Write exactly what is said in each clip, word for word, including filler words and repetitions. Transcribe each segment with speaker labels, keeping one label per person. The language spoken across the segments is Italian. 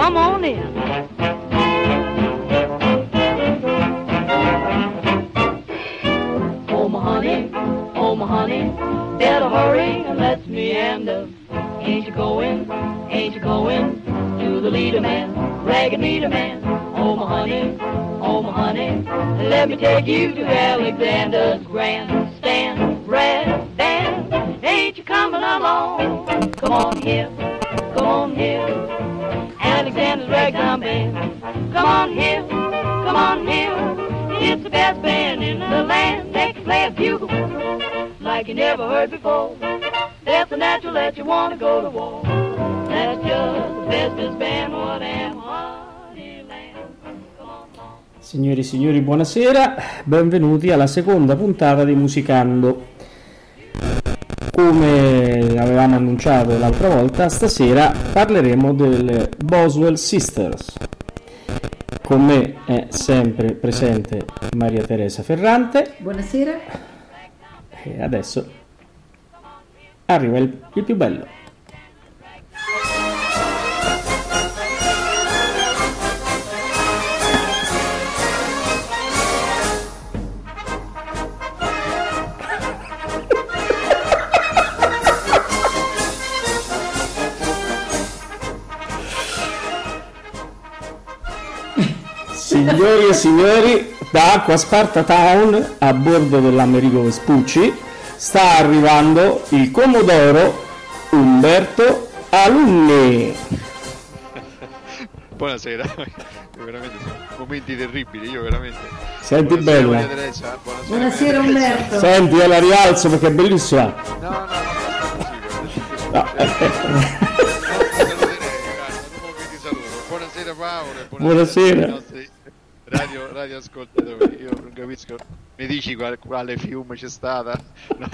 Speaker 1: come on in. Oh my honey, oh my honey, better hurry and let's meander. Ain't you going, ain't you going to the leader man, ragged leader man? Oh my honey, oh my honey, let me take you to Alexander's grandstand, red band. Ain't you coming along? Come on here, come on here, Alexander's ragtime band. Come on here, come on here, it's the best band in the land. They can play a bugle like you never heard before. That's the natural that you want to go to war. That's just the bestest band what am
Speaker 2: Signori e signori, buonasera, benvenuti alla seconda puntata di Musicando. Come avevamo annunciato l'altra volta, stasera parleremo delle Boswell Sisters. Con me è sempre presente Maria Teresa Ferrante.
Speaker 3: Buonasera.
Speaker 2: E adesso arriva il, il più bello. Signori e signori, da Acqua Sparta Town, a bordo dell'Americo Vespucci, sta arrivando il Commodoro Umberto Alunni.
Speaker 4: Buonasera, veramente sono momenti terribili, io veramente...
Speaker 2: Senti bella.
Speaker 4: Teresa, buonasera,
Speaker 3: buonasera Umberto.
Speaker 2: Senti, io la rialzo perché è bellissima.
Speaker 4: No, no, no, no,
Speaker 2: no.
Speaker 4: Buonasera Paolo, buonasera,
Speaker 2: buonasera.
Speaker 4: Ai nostri radio, radio ascoltatori. Io non capisco, mi dici quale, quale fiume c'è stata? No.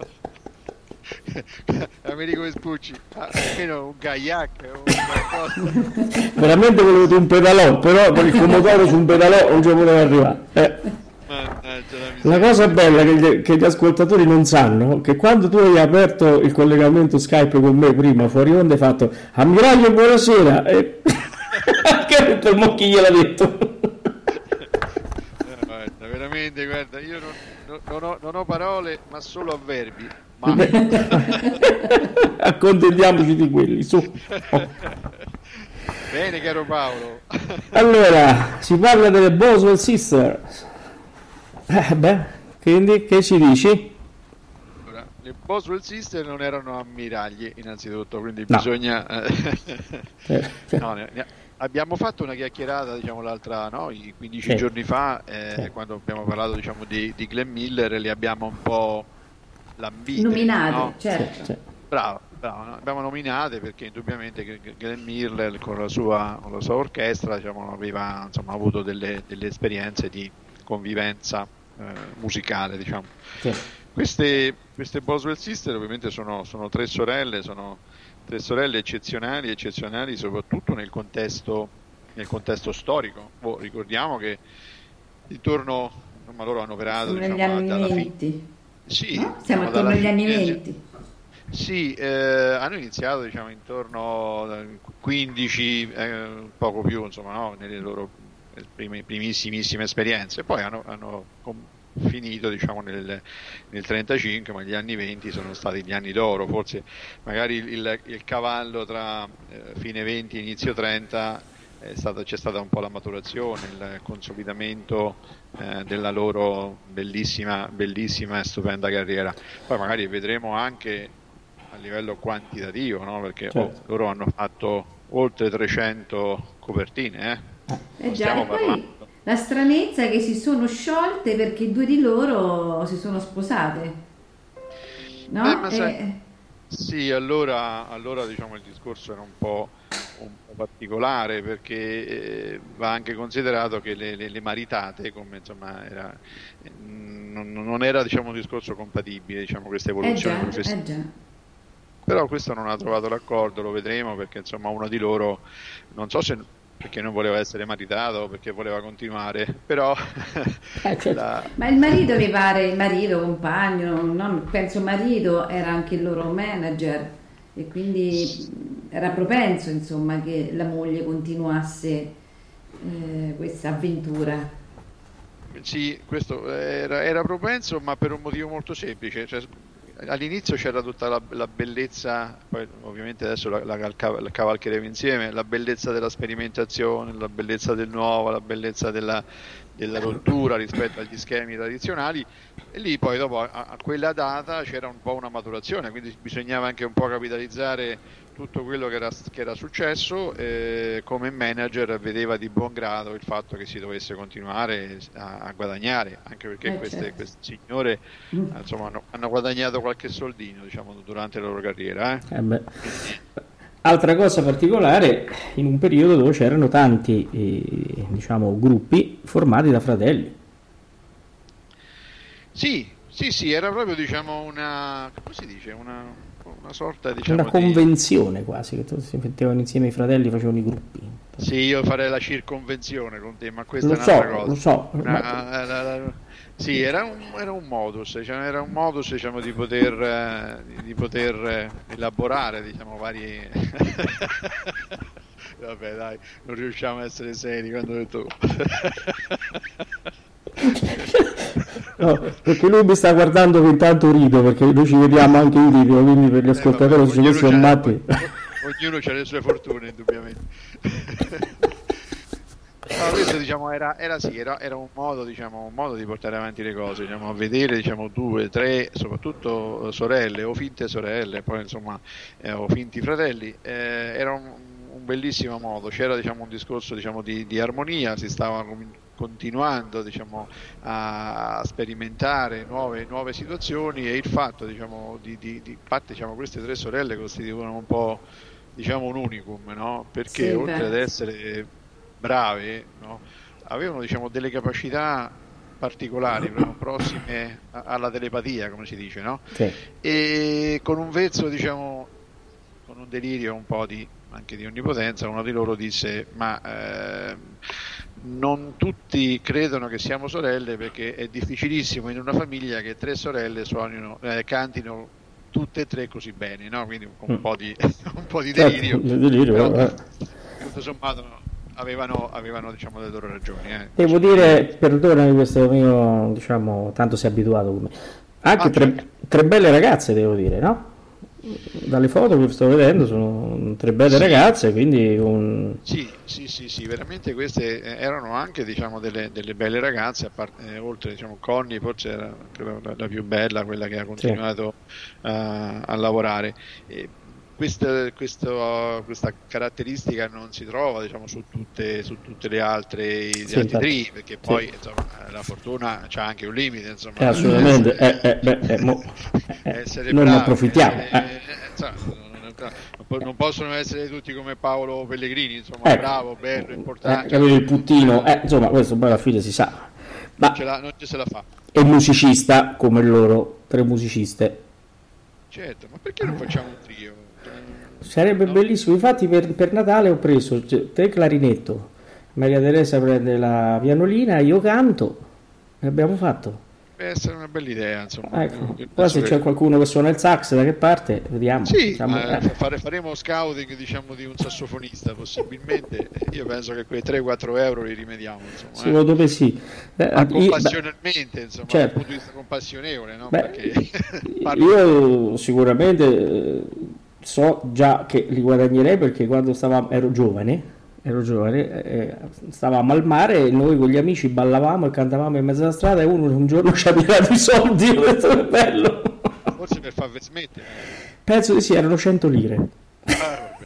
Speaker 4: Americo Vespucci, almeno un kayak, un
Speaker 2: veramente volete un pedalò, però per il Commodoro su un pedalò non ci poteva arrivare. Eh. La cosa bella che gli, che gli ascoltatori non sanno che quando tu hai aperto il collegamento Skype con me prima fuori onda hai fatto ammiraglio buonasera e... che per mo chi gliel'ha detto?
Speaker 4: Eh, guarda, veramente guarda, io non, non, non, ho, non ho parole ma solo avverbi, ma...
Speaker 2: accontentiamoci di quelli, su.
Speaker 4: Bene caro Paolo.
Speaker 2: Allora si parla delle Boswell Sisters. Eh, beh, quindi che ci dici?
Speaker 4: Allora, le Boswell Sisters non erano ammiragli innanzitutto, quindi
Speaker 2: no.
Speaker 4: bisogna
Speaker 2: eh, cioè.
Speaker 4: no, ne, ne, abbiamo fatto una chiacchierata diciamo l'altra no, i quindici
Speaker 2: sì.
Speaker 4: giorni fa eh, sì. Quando abbiamo parlato diciamo di, di Glenn Miller, li abbiamo un po' lambite,
Speaker 3: nominate,
Speaker 4: no?
Speaker 3: certo.
Speaker 2: Sì, sì.
Speaker 4: Bravo, bravo, no? Abbiamo nominate perché indubbiamente Glenn Miller con la sua, con la sua orchestra diciamo, aveva insomma, avuto delle, delle esperienze di convivenza eh, musicale diciamo.
Speaker 2: Sì.
Speaker 4: Queste, queste Boswell Sisters ovviamente sono, sono tre sorelle, sono tre sorelle eccezionali, eccezionali soprattutto nel contesto, nel contesto storico. Oh, ricordiamo che intorno, insomma, loro hanno operato
Speaker 3: negli
Speaker 4: diciamo,
Speaker 3: anni
Speaker 4: dalla
Speaker 3: venti.
Speaker 4: Fi- sì,
Speaker 3: no? Siamo attorno agli anni venti.
Speaker 4: Sì, eh, hanno iniziato diciamo intorno al quindici, eh, poco più, insomma, no? Nelle loro prime, primissimissime esperienze, poi hanno, hanno com- finito diciamo nel, nel trentacinque, ma gli anni venti sono stati gli anni d'oro, forse magari il, il, il cavallo tra eh, fine venti e inizio trenta è stato, c'è stata un po' la maturazione, il consolidamento eh, della loro bellissima, bellissima e stupenda carriera. Poi magari vedremo anche a livello quantitativo, no? Perché
Speaker 2: certo.
Speaker 4: oh, loro hanno fatto oltre trecento copertine, eh?
Speaker 3: Eh già, e poi la stranezza è che si sono sciolte perché due di loro si sono sposate, no?
Speaker 4: Beh, ma
Speaker 3: e...
Speaker 4: sai, sì, allora, allora diciamo il discorso era un po', un po' particolare perché eh, va anche considerato che le, le, le maritate, come insomma era, non, non era diciamo un discorso compatibile, diciamo questa evoluzione
Speaker 3: eh già,
Speaker 4: professionale.
Speaker 3: Eh già.
Speaker 4: Però questo non ha trovato l'accordo, lo vedremo perché insomma uno di loro, non so se perché non voleva essere maritato, perché voleva continuare, però
Speaker 2: eh, certo.
Speaker 3: la... ma il marito mi pare, il marito compagno, non penso marito, era anche il loro manager e quindi era propenso insomma che la moglie continuasse eh, questa avventura.
Speaker 4: Sì, questo era, era propenso, ma per un motivo molto semplice. Cioè, all'inizio c'era tutta la, la bellezza, poi ovviamente adesso la, la, la cavalcheremo insieme, la bellezza della sperimentazione, la bellezza del nuovo, la bellezza della, della rottura rispetto agli schemi tradizionali, e lì poi dopo a, a quella data c'era un po' una maturazione, quindi bisognava anche un po' capitalizzare tutto quello che era, che era successo. Eh, come manager vedeva di buon grado il fatto che si dovesse continuare a, a guadagnare, anche perché
Speaker 3: eh,
Speaker 4: queste,
Speaker 3: certo.
Speaker 4: queste signore mm. insomma, hanno, hanno guadagnato qualche soldino, diciamo, durante la loro carriera. Eh?
Speaker 2: Eh beh. Altra cosa particolare, in un periodo dove c'erano tanti eh, diciamo, gruppi formati da fratelli.
Speaker 4: Sì, sì, sì, era proprio diciamo una, come si dice, una... una sorta diciamo
Speaker 2: una convenzione di... quasi, che si mettevano insieme i fratelli, facevano i gruppi.
Speaker 4: Sì, io farei la circonvenzione con te, ma questa
Speaker 2: lo
Speaker 4: è un'altra
Speaker 2: so,
Speaker 4: cosa.
Speaker 2: Lo so,
Speaker 4: una,
Speaker 2: ma...
Speaker 4: la, la, la, sì, era un, era un modus, diciamo, era un modus diciamo, di poter, eh, di poter eh, elaborare diciamo, vari... Vabbè dai, non riusciamo a essere seri quando ho detto...
Speaker 2: No, perché lui mi sta guardando che intanto rido, perché noi ci vediamo anche in video, quindi per gli ascoltatori eh, vabbè, sono matti.
Speaker 4: Ognuno ha le sue fortune, indubbiamente. No, questo diciamo era, era sì, era, era un modo, diciamo, un modo di portare avanti le cose, diciamo, a vedere diciamo, due, tre, soprattutto sorelle o finte sorelle, poi insomma eh, o finti fratelli, eh, era un, un bellissimo modo, c'era diciamo, un discorso diciamo, di, di armonia, si stava continuando diciamo, a sperimentare nuove, nuove situazioni, e il fatto diciamo, di, di, di parte diciamo, queste tre sorelle costituivano un po' diciamo, un unicum, no? Perché sì, oltre beh. ad essere brave, no? avevano diciamo, delle capacità particolari, prossime alla telepatia, come si dice, no?
Speaker 2: Sì.
Speaker 4: E con un vezzo, diciamo, con un delirio un po' di, anche di onnipotenza, uno di loro disse: ma eh, non tutti credono che siamo sorelle, perché è difficilissimo in una famiglia che tre sorelle suonino, eh, cantino tutte e tre così bene, no? Quindi con un po' di, un po' di delirio,
Speaker 2: certo, delirio però, eh.
Speaker 4: tutto sommato no, avevano, avevano diciamo, le loro ragioni. Eh.
Speaker 2: Devo dire, perdonami questo mio, diciamo, tanto sei abituato come anche ah, tre, certo. tre belle ragazze, devo dire, no? Dalle foto che sto vedendo sono tre belle sì. ragazze, quindi un...
Speaker 4: sì, sì, sì, sì, veramente queste erano anche diciamo delle, delle belle ragazze, a parte, eh, oltre diciamo Connie forse era la, la più bella, quella che ha continuato sì. a, a lavorare. E questa, questo, questa caratteristica non si trova diciamo su tutte, su tutte le altre sì, tri, perché poi sì. insomma, la fortuna c'ha anche un limite, insomma,
Speaker 2: eh, assolutamente essere, eh, eh, beh, eh, mo,
Speaker 4: essere
Speaker 2: noi
Speaker 4: bravi,
Speaker 2: ne approfittiamo
Speaker 4: eh, eh. Insomma, non, non possono essere tutti come Paolo Pellegrini, insomma,
Speaker 2: ecco.
Speaker 4: bravo, bello, importante,
Speaker 2: eh, il puttino, eh, insomma questo poi alla fine si sa, ma
Speaker 4: non, ce la, non ce se la fa.
Speaker 2: È musicista come loro, tre musiciste.
Speaker 4: Certo, ma perché non facciamo un trio?
Speaker 2: Sarebbe no? bellissimo, infatti per, per Natale ho preso te clarinetto, Maria Teresa prende la pianolina, io canto e abbiamo fatto.
Speaker 4: Deve essere una bella idea, insomma.
Speaker 2: Ecco, poi se che... c'è qualcuno che suona il sax, da che parte? Vediamo.
Speaker 4: Sì,
Speaker 2: diciamo,
Speaker 4: eh,
Speaker 2: eh.
Speaker 4: fare, faremo scouting diciamo di un sassofonista possibilmente. Io penso che quei tre quattro euro li rimediamo, insomma.
Speaker 2: Secondo eh. me sì.
Speaker 4: Beh, ma compassionalmente, insomma,
Speaker 2: certo.
Speaker 4: dal punto di vista compassionevole, no?
Speaker 2: Beh,
Speaker 4: perché
Speaker 2: io sicuramente so già che li guadagnerei, perché quando stavamo, ero giovane ero giovane eh, stavamo al mare e noi con gli amici ballavamo e cantavamo in mezzo alla strada, e uno un giorno ci ha tirato i soldi. Questo è bello,
Speaker 4: forse per farvi smettere,
Speaker 2: penso di sì, erano cento lire.
Speaker 4: Ah,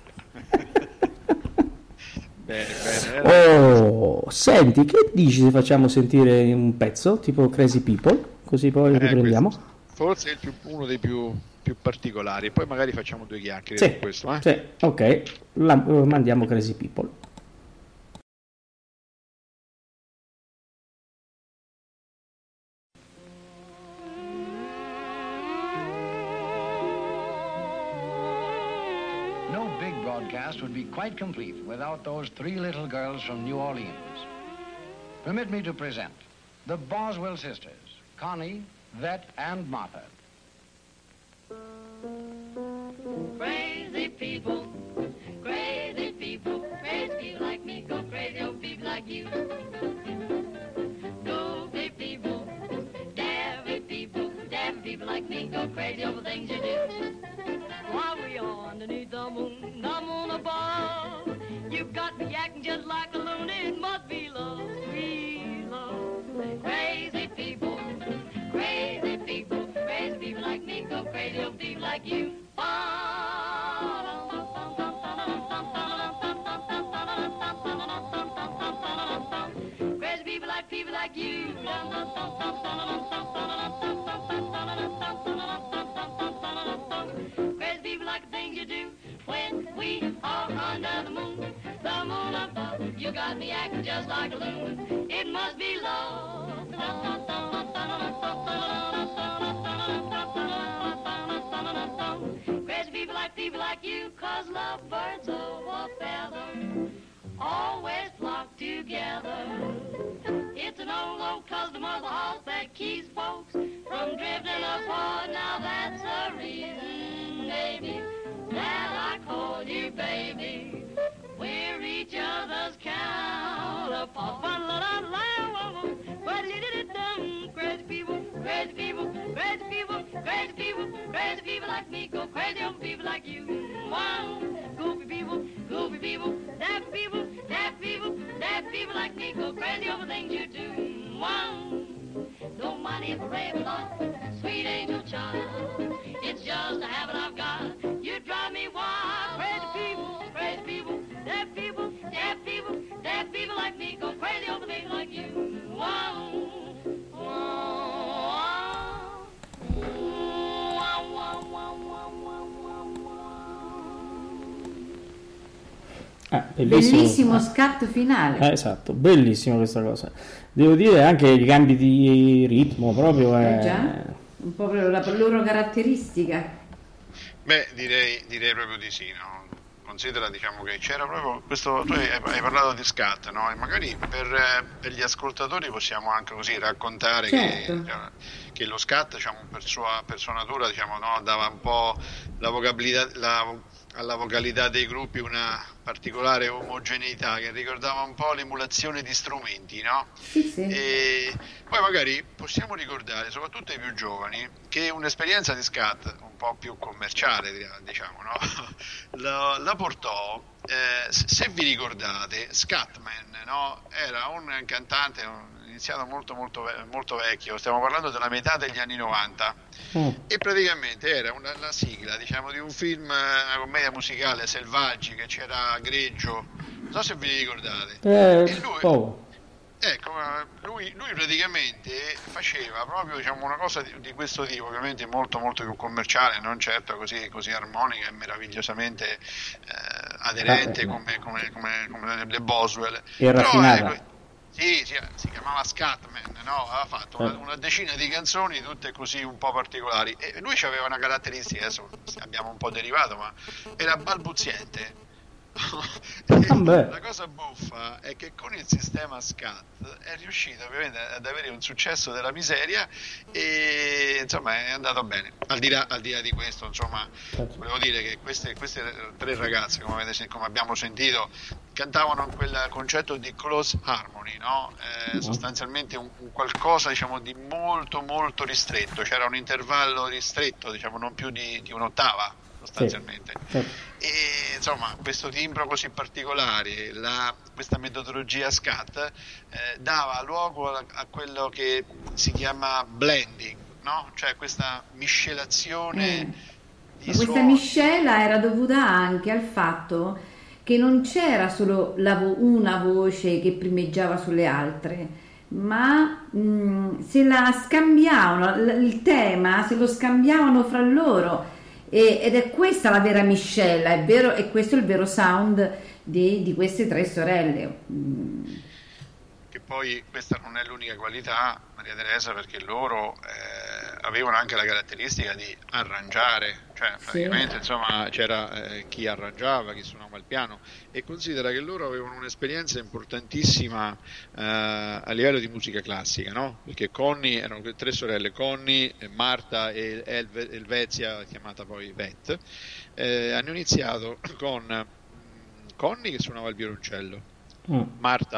Speaker 4: bene, bene.
Speaker 2: Oh, senti, che dici se facciamo sentire un pezzo tipo Crazy People, così poi
Speaker 4: eh,
Speaker 2: riprendiamo?
Speaker 4: Forse è il più, uno dei più più particolari, poi magari facciamo due chiacchiere
Speaker 2: sì,
Speaker 4: su questo, eh?
Speaker 2: Sì, ok, La, mandiamo Crazy People.
Speaker 5: No big broadcast would be quite complete without those three little girls from New Orleans. Permit me to present the Boswell sisters, Connie, Vet, and Martha.
Speaker 1: Crazy people you. Goofy people, daffy people, daffy people like me go crazy over things you do. While we are underneath the moon, the moon above, you've got me acting just like a loon. It must be love, sweet love. Crazy people, crazy people, crazy people like me go crazy over people like you. Crazy people like people like you. Crazy people like the things you do when we are under the moon. The moon above, you got me acting just like a loon. It must be love. Crazy people like people like you, 'cause lovebirds of a feather always flock together. It's an old, old custom of the horse that keeps folks from drifting apart. Now that's the reason, baby, that I call you baby. We're each other's counterpart. Crazy people, crazy people, crazy people, crazy people, crazy people like me go crazy over people like you. Wow, goofy people, goofy people, daft people, daft people, daft people like me go crazy over things you do. Wow, don't mind if I rave a lot, sweet angel child. It's just a habit I've got. You drive me wild. Crazy people, crazy people, daft people, daft people, daft people like me go crazy over things like you. Wow.
Speaker 2: Eh, bellissimo.
Speaker 3: Bellissimo scatto finale.
Speaker 2: Eh, esatto, bellissimo questa cosa. Devo dire anche i cambi di ritmo proprio è...
Speaker 3: Eh già, un po' proprio la loro caratteristica.
Speaker 4: Beh, direi, direi proprio di sì, no? Considera, diciamo, che c'era proprio questo, tu hai, hai parlato di scat, no? E magari per, per gli ascoltatori possiamo anche così raccontare
Speaker 3: certo.
Speaker 4: che, che lo scat, diciamo, per sua, per sua natura, diciamo, no, dava un po' la vocabilità, la, alla vocalità dei gruppi una particolare omogeneità che ricordava un po' l'emulazione di strumenti, no?
Speaker 3: Sì, sì.
Speaker 4: E poi magari possiamo ricordare, soprattutto ai più giovani, che un'esperienza di scat un po' più commerciale, diciamo, no? la, la portò, eh, se vi ricordate, Scatman, no? Era un cantante iniziato molto molto molto vecchio, stiamo parlando della metà degli anni novanta, mm. e praticamente era una, la sigla, diciamo, di un film, una commedia musicale, Selvaggi, che c'era Greggio, non so se vi ricordate.
Speaker 2: Eh,
Speaker 4: e lui,
Speaker 2: oh.
Speaker 4: ecco, lui, lui praticamente faceva proprio, diciamo, una cosa di, di questo tipo, ovviamente molto molto più commerciale, non certo così, così armonica e meravigliosamente eh, aderente, ah, come, come, come, come le Boswell.
Speaker 2: E raffinata.
Speaker 4: Però, Sì, sì, si chiamava Scatman, no? Aveva fatto una, una decina di canzoni, tutte così un po' particolari, e lui aveva una caratteristica, adesso abbiamo un po' derivato, ma era balbuziente. La cosa buffa è che con il sistema scat è riuscito ovviamente ad avere un successo della miseria e insomma è andato bene. Al di là, al di, là di questo, insomma, volevo dire che queste, queste tre ragazze, come, avete, come abbiamo sentito, cantavano quel concetto di close harmony, no? Eh, sostanzialmente un, un qualcosa, diciamo, di molto molto ristretto, c'era un intervallo ristretto, diciamo, non più di, di un'ottava sostanzialmente. Sì, sì. E insomma questo timbro così particolare, la, questa metodologia scat eh, dava luogo a, a quello che si chiama blending, no? Cioè questa miscelazione mm. di
Speaker 3: questa
Speaker 4: suoni.
Speaker 3: miscela era dovuta anche al fatto che non c'era solo la vo- una voce che primeggiava sulle altre, ma mh, se la scambiavano, l- il tema se lo scambiavano fra loro. E, ed è questa la vera miscela, è vero, e questo è il vero sound di, di queste tre sorelle. Mm.
Speaker 4: Che poi questa non è l'unica qualità, Maria Teresa, perché loro eh, avevano anche la caratteristica di arrangiare, cioè praticamente sì. insomma c'era eh, chi arrangiava, chi suonava il piano, e considera che loro avevano un'esperienza importantissima eh, a livello di musica classica, no? Perché Connie, erano tre sorelle, Connie, Marta e Elve, Elvezia, chiamata poi Vet, eh, hanno iniziato con Connie che suonava il violoncello, mm. Marta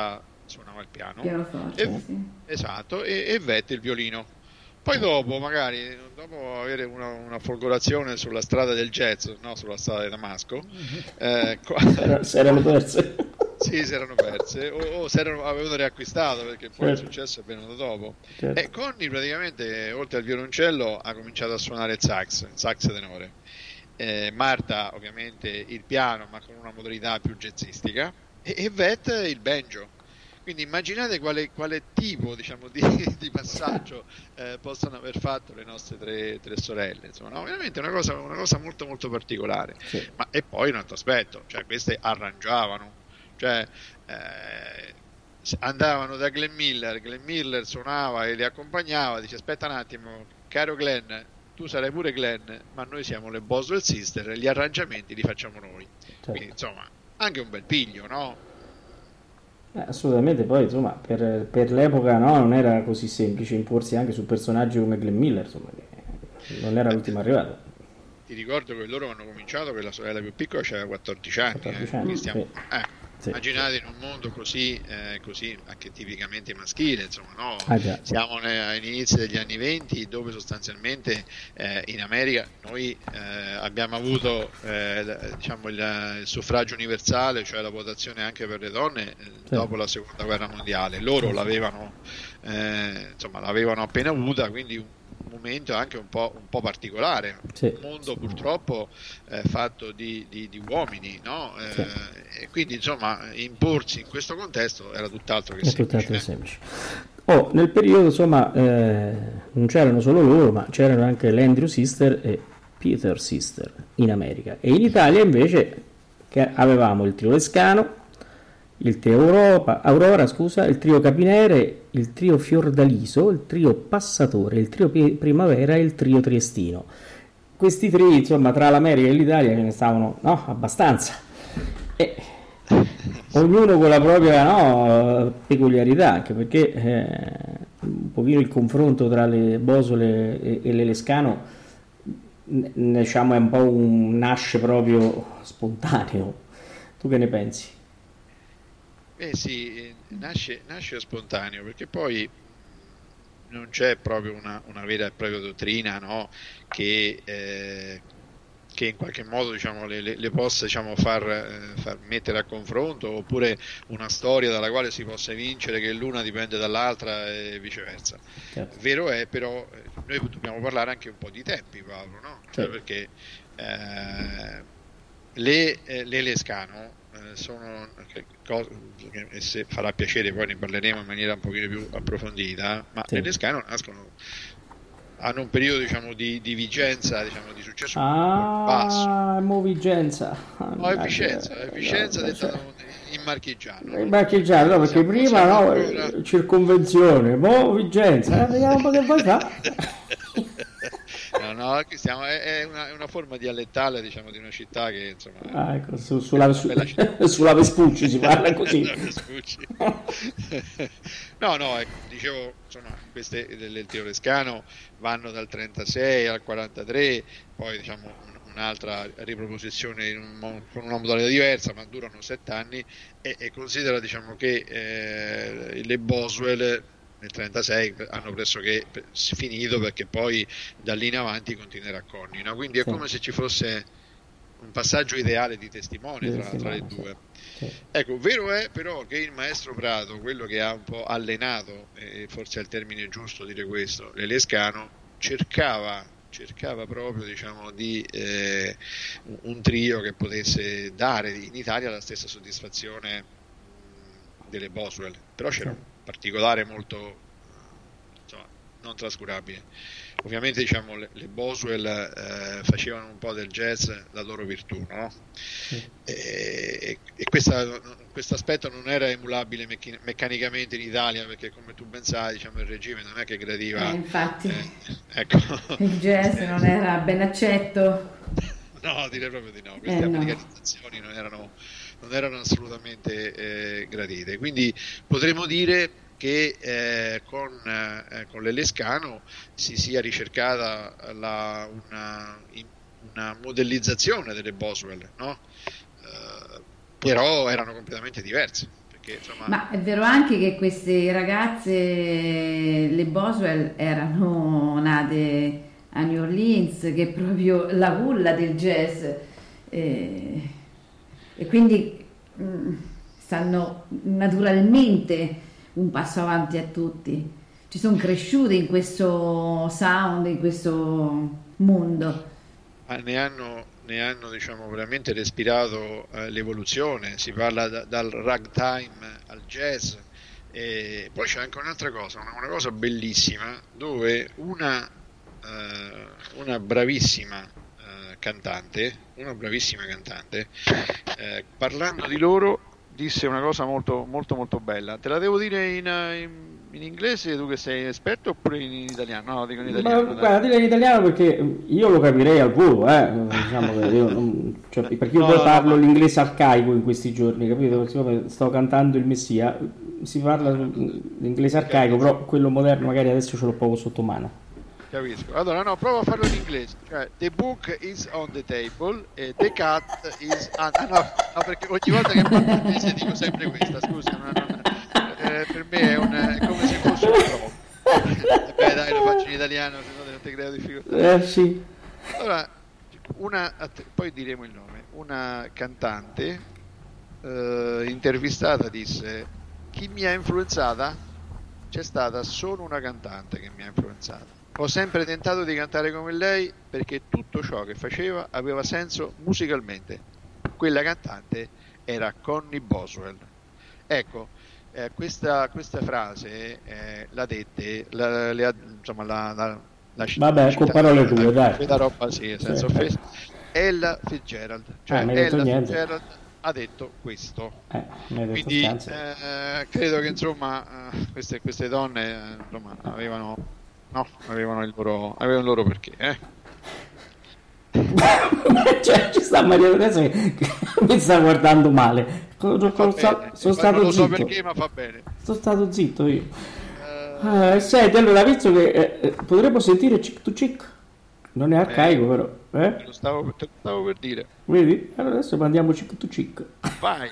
Speaker 4: suonava il piano,
Speaker 3: pianoforte,
Speaker 4: e,
Speaker 3: sì.
Speaker 4: esatto, e, e Vette il violino. Poi dopo, magari, dopo avere una, una folgorazione sulla strada del jazz, no, sulla strada di Damasco, eh, qua...
Speaker 2: si erano perse.
Speaker 4: Sì, si erano perse, o, o si erano, avevano riacquistato, perché poi certo. Il successo è venuto dopo. Certo. E Conny praticamente, oltre al violoncello, ha cominciato a suonare il sax, il sax tenore. Eh, Marta ovviamente il piano, ma con una modalità più jazzistica, e, e Vet il banjo. Quindi immaginate quale, quale tipo, diciamo, di, di passaggio eh, possano aver fatto le nostre tre, tre sorelle. Insomma, no? Veramente una cosa, una cosa molto molto particolare. Sì. Ma e poi un altro aspetto, cioè queste arrangiavano, cioè eh, andavano da Glenn Miller, Glenn Miller suonava e li accompagnava, dice aspetta un attimo, caro Glenn, tu sarai pure Glenn, ma noi siamo le Boswell Sister e gli arrangiamenti li facciamo noi. Certo. Quindi insomma, anche un bel piglio, no?
Speaker 2: Eh, assolutamente, poi insomma per, per l'epoca, no, non era così semplice imporsi anche su personaggi come Glenn Miller, insomma, che non era l'ultimo arrivato.
Speaker 4: Ti ricordo che loro hanno cominciato che la sorella più piccola aveva quattordici anni,
Speaker 2: quattordici
Speaker 4: eh,
Speaker 2: anni
Speaker 4: stiamo,
Speaker 2: sì.
Speaker 4: eh, sì, immaginate sì. In un mondo così, eh, così anche tipicamente maschile, insomma, no?
Speaker 2: Ah,
Speaker 4: siamo ne, agli inizi degli anni venti, dove sostanzialmente eh, in America noi eh, abbiamo avuto eh, diciamo il, il suffragio universale, cioè la votazione anche per le donne eh, sì. dopo la seconda guerra mondiale. Loro sì. l'avevano eh, insomma l'avevano appena avuta, quindi un momento anche un po', un po' particolare, sì. un mondo purtroppo eh, fatto di, di, di uomini, no? Eh, sì. E quindi insomma imporsi in questo contesto era tutt'altro che semplice.
Speaker 2: Tutt'altro che semplice. Oh, nel periodo insomma eh, non c'erano solo loro, ma c'erano anche l'Andrew Sister e Peter Sister in America, e in Italia invece che avevamo il trio Lescano, il trio Europa, Aurora, scusa, il trio Capinere, il trio Fiordaliso, il trio Passatore, il trio Primavera e il trio Triestino. Questi tre, insomma, tra l'America e l'Italia ce ne stavano, no, abbastanza. E ognuno con la propria, no, peculiarità, anche perché eh, un pochino il confronto tra le Bosole e, e le Lescano, diciamo, è un po' un nasce proprio spontaneo. Tu che ne pensi?
Speaker 4: Eh sì, nasce, nasce spontaneo, perché poi non c'è proprio una, una vera e propria dottrina, no? che, eh, che in qualche modo diciamo, le, le, le possa diciamo, far, eh, far mettere a confronto, oppure una storia dalla quale si possa vincere che l'una dipende dall'altra e viceversa. Certo. Vero è però, noi dobbiamo parlare anche un po' di tempi, Paolo, no? Cioè, certo. Perché eh, le, eh, le Lescano sono che, che se farà piacere poi ne parleremo in maniera un pochino più approfondita, ma sì. Le Lescano nascono, hanno un periodo diciamo di, di vigenza, diciamo di successo
Speaker 2: ah,
Speaker 4: basso.
Speaker 2: Mo vigenza
Speaker 4: no, è Vicenza, è Vicenza detta in marchigiano.
Speaker 2: In marchigiano, no, perché siamo, prima siamo no, ancora... circonvenzione, mo Vicenza, eh, vediamo un po' che vuoi fare.
Speaker 4: No, no, stiamo, è, è, una, è una forma dialettale diciamo di una città che insomma
Speaker 2: ah, ecco, su, sulla, su, sulla Vespucci si parla così.
Speaker 4: no no ecco, dicevo insomma queste del trio Lescano vanno dal trentasei al quarantatré, poi diciamo un'altra riproposizione in un, con una modalità diversa, ma durano sette anni, e, e considera diciamo che eh, le Boswell nel trentasei hanno pressoché finito, perché poi da lì in avanti continuerà Conny, no? Quindi è sì. come se ci fosse un passaggio ideale di testimone tra, tra le due. Sì. Ecco, vero è però che il maestro Prato, quello che ha un po' allenato, e forse è il termine giusto dire questo, le Lescano, cercava cercava proprio diciamo di eh, un trio che potesse dare in Italia la stessa soddisfazione delle Boswell, però c'era un particolare molto insomma, non trascurabile. Ovviamente diciamo le, le Boswell eh, facevano un po' del jazz la loro virtù, no? Sì. E, e questo aspetto non era emulabile mecc- meccanicamente in Italia, perché come tu ben sai diciamo, il regime non è che gradiva
Speaker 3: eh, infatti
Speaker 4: eh, ecco.
Speaker 3: Il jazz non era ben accetto.
Speaker 4: No, direi proprio di no, queste eh, americanizzazioni no. non erano non erano assolutamente eh, gradite, quindi potremmo dire che eh, con, eh, con le Lescano si sia ricercata la, una, una modellizzazione delle Boswell, no? Eh, però erano completamente diverse, perché insomma...
Speaker 3: Ma è vero anche che queste ragazze, le Boswell, erano nate a New Orleans, che è proprio la culla del jazz, eh, e quindi mh, stanno naturalmente un passo avanti a tutti, ci sono cresciute in questo sound, in questo mondo.
Speaker 4: Ah, ne hanno, ne hanno diciamo veramente respirato eh, l'evoluzione, si parla da, dal ragtime al jazz, e poi c'è anche un'altra cosa, una, una cosa bellissima, dove una, eh, una bravissima eh, cantante, una bravissima cantante, eh, parlando di loro disse una cosa molto molto molto bella. Te la devo dire in, in, in inglese, tu che sei esperto, oppure in, in italiano? No, dico in italiano.
Speaker 2: Ma, guarda, dile in italiano perché io lo capirei al volo, eh. Diciamo che io non, cioè, perché io
Speaker 4: No,
Speaker 2: poi
Speaker 4: no,
Speaker 2: parlo
Speaker 4: no, ma-
Speaker 2: l'inglese arcaico in questi giorni, capito? Siccome sto cantando il Messia, si parla l'inglese arcaico, però quello moderno magari adesso ce l'ho poco sotto mano.
Speaker 4: Capisco. Allora, no, prova a farlo in inglese. Cioè, the book is on the table e the cat is... Ah, no, no, perché ogni volta che parlo in inglese dico sempre questa, scusa. Non, non, eh, per me è, un, è come se fosse un pro. Beh, dai, lo faccio in italiano, se no non ti creo difficoltà.
Speaker 2: Eh sì.
Speaker 4: Allora, una, poi diremo il nome. Una cantante eh, intervistata disse: chi mi ha influenzata? C'è stata solo una cantante che mi ha influenzato. Ho sempre tentato di cantare come lei perché tutto ciò che faceva aveva senso musicalmente. Quella cantante era Connie Boswell. Ecco, eh, questa, questa frase eh, l'ha dette, la, le ha, insomma, la, la, la
Speaker 2: Vabbè, con parole tue, dai.
Speaker 4: questa roba sì, senza
Speaker 2: Sì.
Speaker 4: offesa. Ella Fitzgerald, cioè
Speaker 2: Ah, mi hai detto
Speaker 4: Ella
Speaker 2: niente.
Speaker 4: Fitzgerald ha detto questo.
Speaker 2: Eh, mi hai detto
Speaker 4: Quindi
Speaker 2: stanze.
Speaker 4: eh, credo che insomma eh, queste, queste donne eh, insomma, avevano, no, avevano il loro, avevano il loro perché. Eh.
Speaker 2: Cioè, ci sta Maria Teresa che, che mi sta guardando male. Sono,
Speaker 4: Fa
Speaker 2: sono sta-
Speaker 4: bene.
Speaker 2: sono
Speaker 4: Ma
Speaker 2: stato
Speaker 4: non lo so
Speaker 2: zitto.
Speaker 4: perché, ma fa bene.
Speaker 2: Sono stato zitto io.
Speaker 4: Eh,
Speaker 2: Eh, senti, allora, visto che eh, eh, potremmo sentire Chick to Chick, non è arcaico, però,
Speaker 4: te
Speaker 2: eh?
Speaker 4: lo stavo, te lo stavo per dire.
Speaker 2: Vedi? Allora adesso mandiamo Chick to Chick.
Speaker 4: Vai.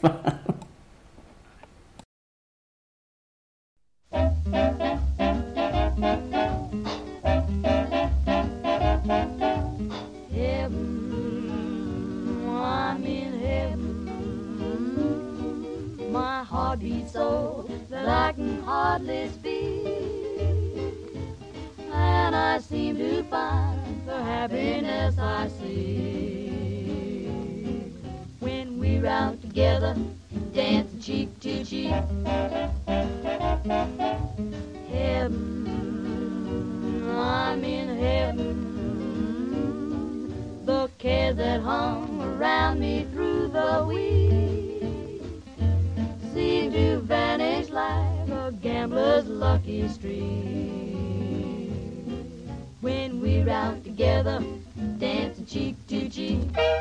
Speaker 1: Heaven, I'm in heaven. My heart beats so that I can hardly speak, and I seem to find the happiness I seek when we're out together, dancing cheek to cheek. Heaven, I'm in heaven. The cares that hung around me through the week seem to vanish like a gambler's lucky streak when we're out together, dancing cheek to cheek.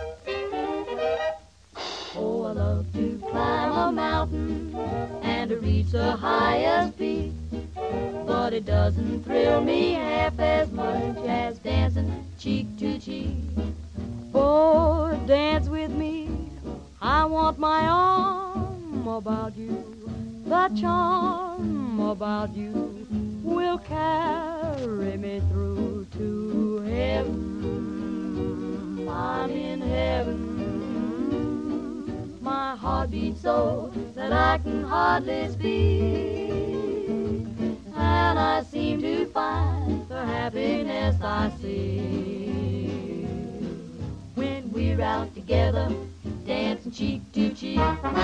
Speaker 1: Oh, I love to climb a mountain and to reach the highest peak, but it doesn't thrill me half as much as dancing cheek to cheek. Oh, dance with me, I want my arm about you. The charm about you will carry me through to heaven. I'm in heaven. My heart beats so that I can hardly speak, and I seem to find the happiness I see when we're out together, dancing cheek to cheek.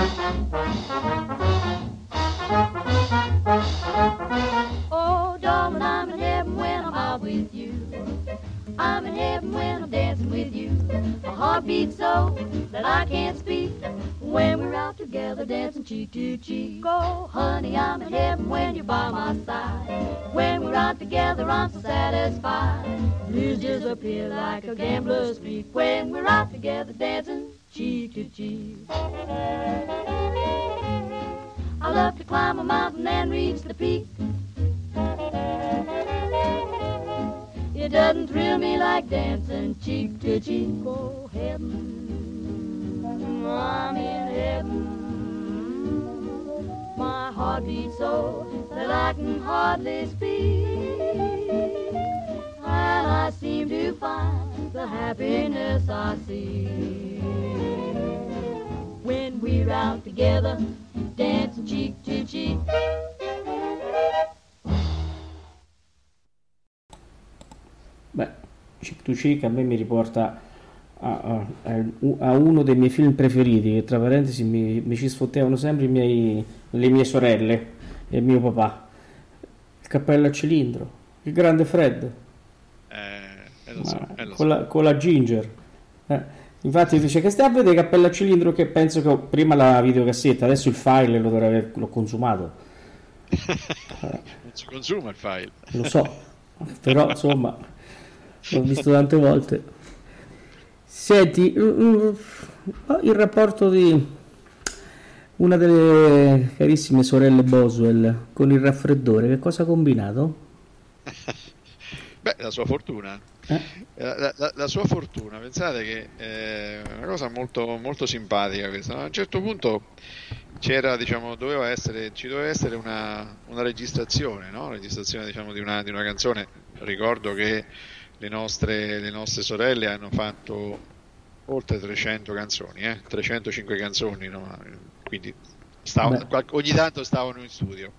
Speaker 1: Oh, darling, I'm in heaven when I'm out with you. I'm in heaven when I'm dancing with you. My heart beats so that I can't speak when we're out together, dancing cheek to cheek. Oh, honey, I'm in heaven when you're by my side. When we're out together, I'm so satisfied. Blues disappear like a gambler's streak when we're out together, dancing cheek to cheek. I love to climb a mountain and reach the peak. It doesn't thrill me like dancing cheek to cheek. Oh, heaven, I'm in heaven. heart beats so that I can hardly speak. And I seem to find the happiness I see when we're out together, dancing cheek to cheek.
Speaker 2: Beh, Cheek to Cheek a me mi riporta a, a, a uno dei miei film preferiti, che tra parentesi mi, mi ci sfottevano sempre i miei, le mie sorelle e mio papà. Il cappello a cilindro, il grande Fred.
Speaker 4: Eh, lo so, eh, lo
Speaker 2: con,
Speaker 4: so.
Speaker 2: la, con la Ginger. Eh. Infatti dice che stai a vedere cappello a cilindro, che penso che ho, prima la videocassetta, adesso il file lo dovrei aver, l'ho consumato.
Speaker 4: Non si consuma il file.
Speaker 2: Lo so, però insomma l'ho visto tante volte. Senti, il rapporto di una delle carissime sorelle Boswell con il raffreddore, che cosa ha combinato?
Speaker 4: Beh, la sua fortuna.
Speaker 2: Eh?
Speaker 4: La, la, la sua fortuna, pensate che è una cosa molto, molto simpatica questa, no? A un certo punto c'era, diciamo, doveva essere, ci doveva essere una, una registrazione, no? Registrazione, diciamo, di una, di una canzone. Ricordo che le nostre, le nostre sorelle hanno fatto oltre trecento canzoni, eh? trecentocinque canzoni, no? Quindi stavano, ogni tanto stavano in studio.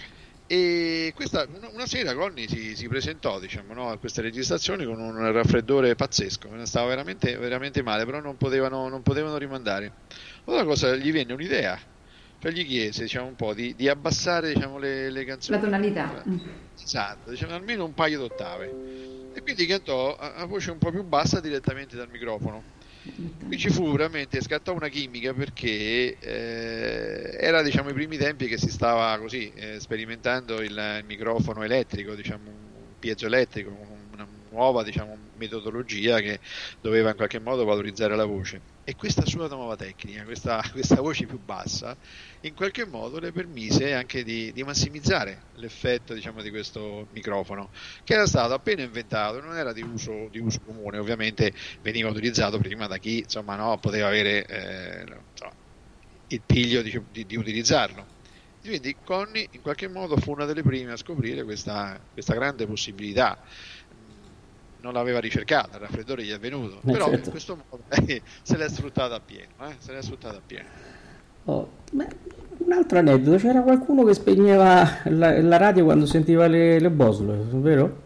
Speaker 4: E questa, una sera Conny si, si presentò, diciamo, no, a queste registrazioni con un raffreddore pazzesco, stava veramente, veramente male, però non potevano, non potevano rimandare. Allora cosa gli venne un'idea, cioè gli chiese, diciamo, un po' di, di abbassare, diciamo, le, le canzoni,
Speaker 3: la tonalità,
Speaker 4: esatto, diciamo, almeno un paio d'ottave, e quindi cantò a, a voce un po' più bassa direttamente dal microfono. Qui ci fu veramente, scattò una chimica, perché eh, era, diciamo, i primi tempi che si stava così eh, sperimentando il, il microfono elettrico, diciamo un piezoelettrico, una nuova, diciamo, metodologia che doveva in qualche modo valorizzare la voce, e questa sua nuova tecnica, questa, questa voce più bassa, in qualche modo le permise anche di, di massimizzare l'effetto, diciamo, di questo microfono, che era stato appena inventato, non era di uso, di uso comune, ovviamente veniva utilizzato prima da chi, insomma, no, poteva avere eh, insomma, il piglio di, di, di utilizzarlo. Quindi Conny in qualche modo fu una delle prime a scoprire questa, questa grande possibilità. Non l'aveva ricercata, il raffreddore gli è venuto, eh, però certo, in questo modo eh, se l'è sfruttata appieno, eh, se l'è sfruttata appieno.
Speaker 2: Oh, beh, un altro aneddoto, c'era qualcuno che spegneva la, la radio quando sentiva le, le Boswell, vero?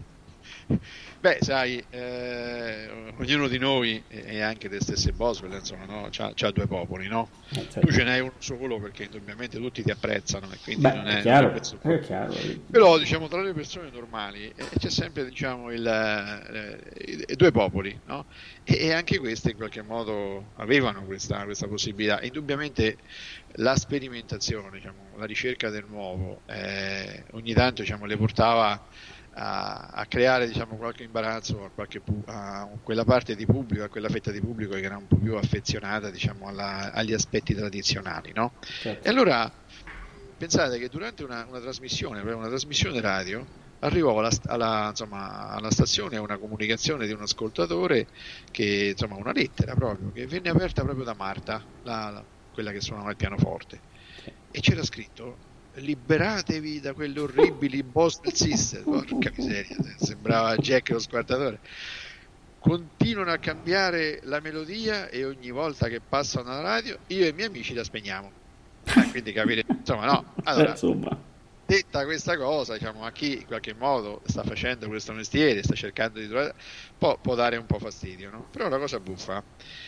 Speaker 4: Beh, sai, eh, ognuno di noi, e anche le stesse Boswell, insomma, no? c'ha, c'ha due popoli, no? Eh, certo. Tu ce n'hai uno solo perché indubbiamente tutti ti apprezzano, e quindi
Speaker 2: beh,
Speaker 4: non è,
Speaker 2: è chiaro,
Speaker 4: non è,
Speaker 2: è chiaro.
Speaker 4: Però, diciamo, tra le persone normali eh, c'è sempre, diciamo, il, eh, i due popoli, no? E, e anche queste in qualche modo avevano questa, questa possibilità. Indubbiamente la sperimentazione, diciamo, la ricerca del nuovo, eh, ogni tanto, diciamo, le portava A, a creare, diciamo, qualche imbarazzo a, qualche pu- a quella parte di pubblico, a quella fetta di pubblico che era un po' più affezionata, diciamo, alla, agli aspetti tradizionali, no? Certo. E allora pensate che durante una, una trasmissione, una trasmissione radio, arrivò alla, alla, insomma, alla stazione una comunicazione di un ascoltatore, che, insomma, una lettera proprio, che venne aperta proprio da Marta, la, la, quella che suonava il pianoforte, e c'era scritto: liberatevi da quelle orribili Boswell Sister. Porca miseria, sembrava Jack lo squartatore. Continuano a cambiare la melodia e ogni volta che passano alla radio io e i miei amici la spegniamo. Eh, quindi capire, insomma, no. Allora, detta questa cosa, diciamo, a chi in qualche modo sta facendo questo mestiere, sta cercando di trovare, può, può dare un po' fastidio, no? Però la cosa buffa,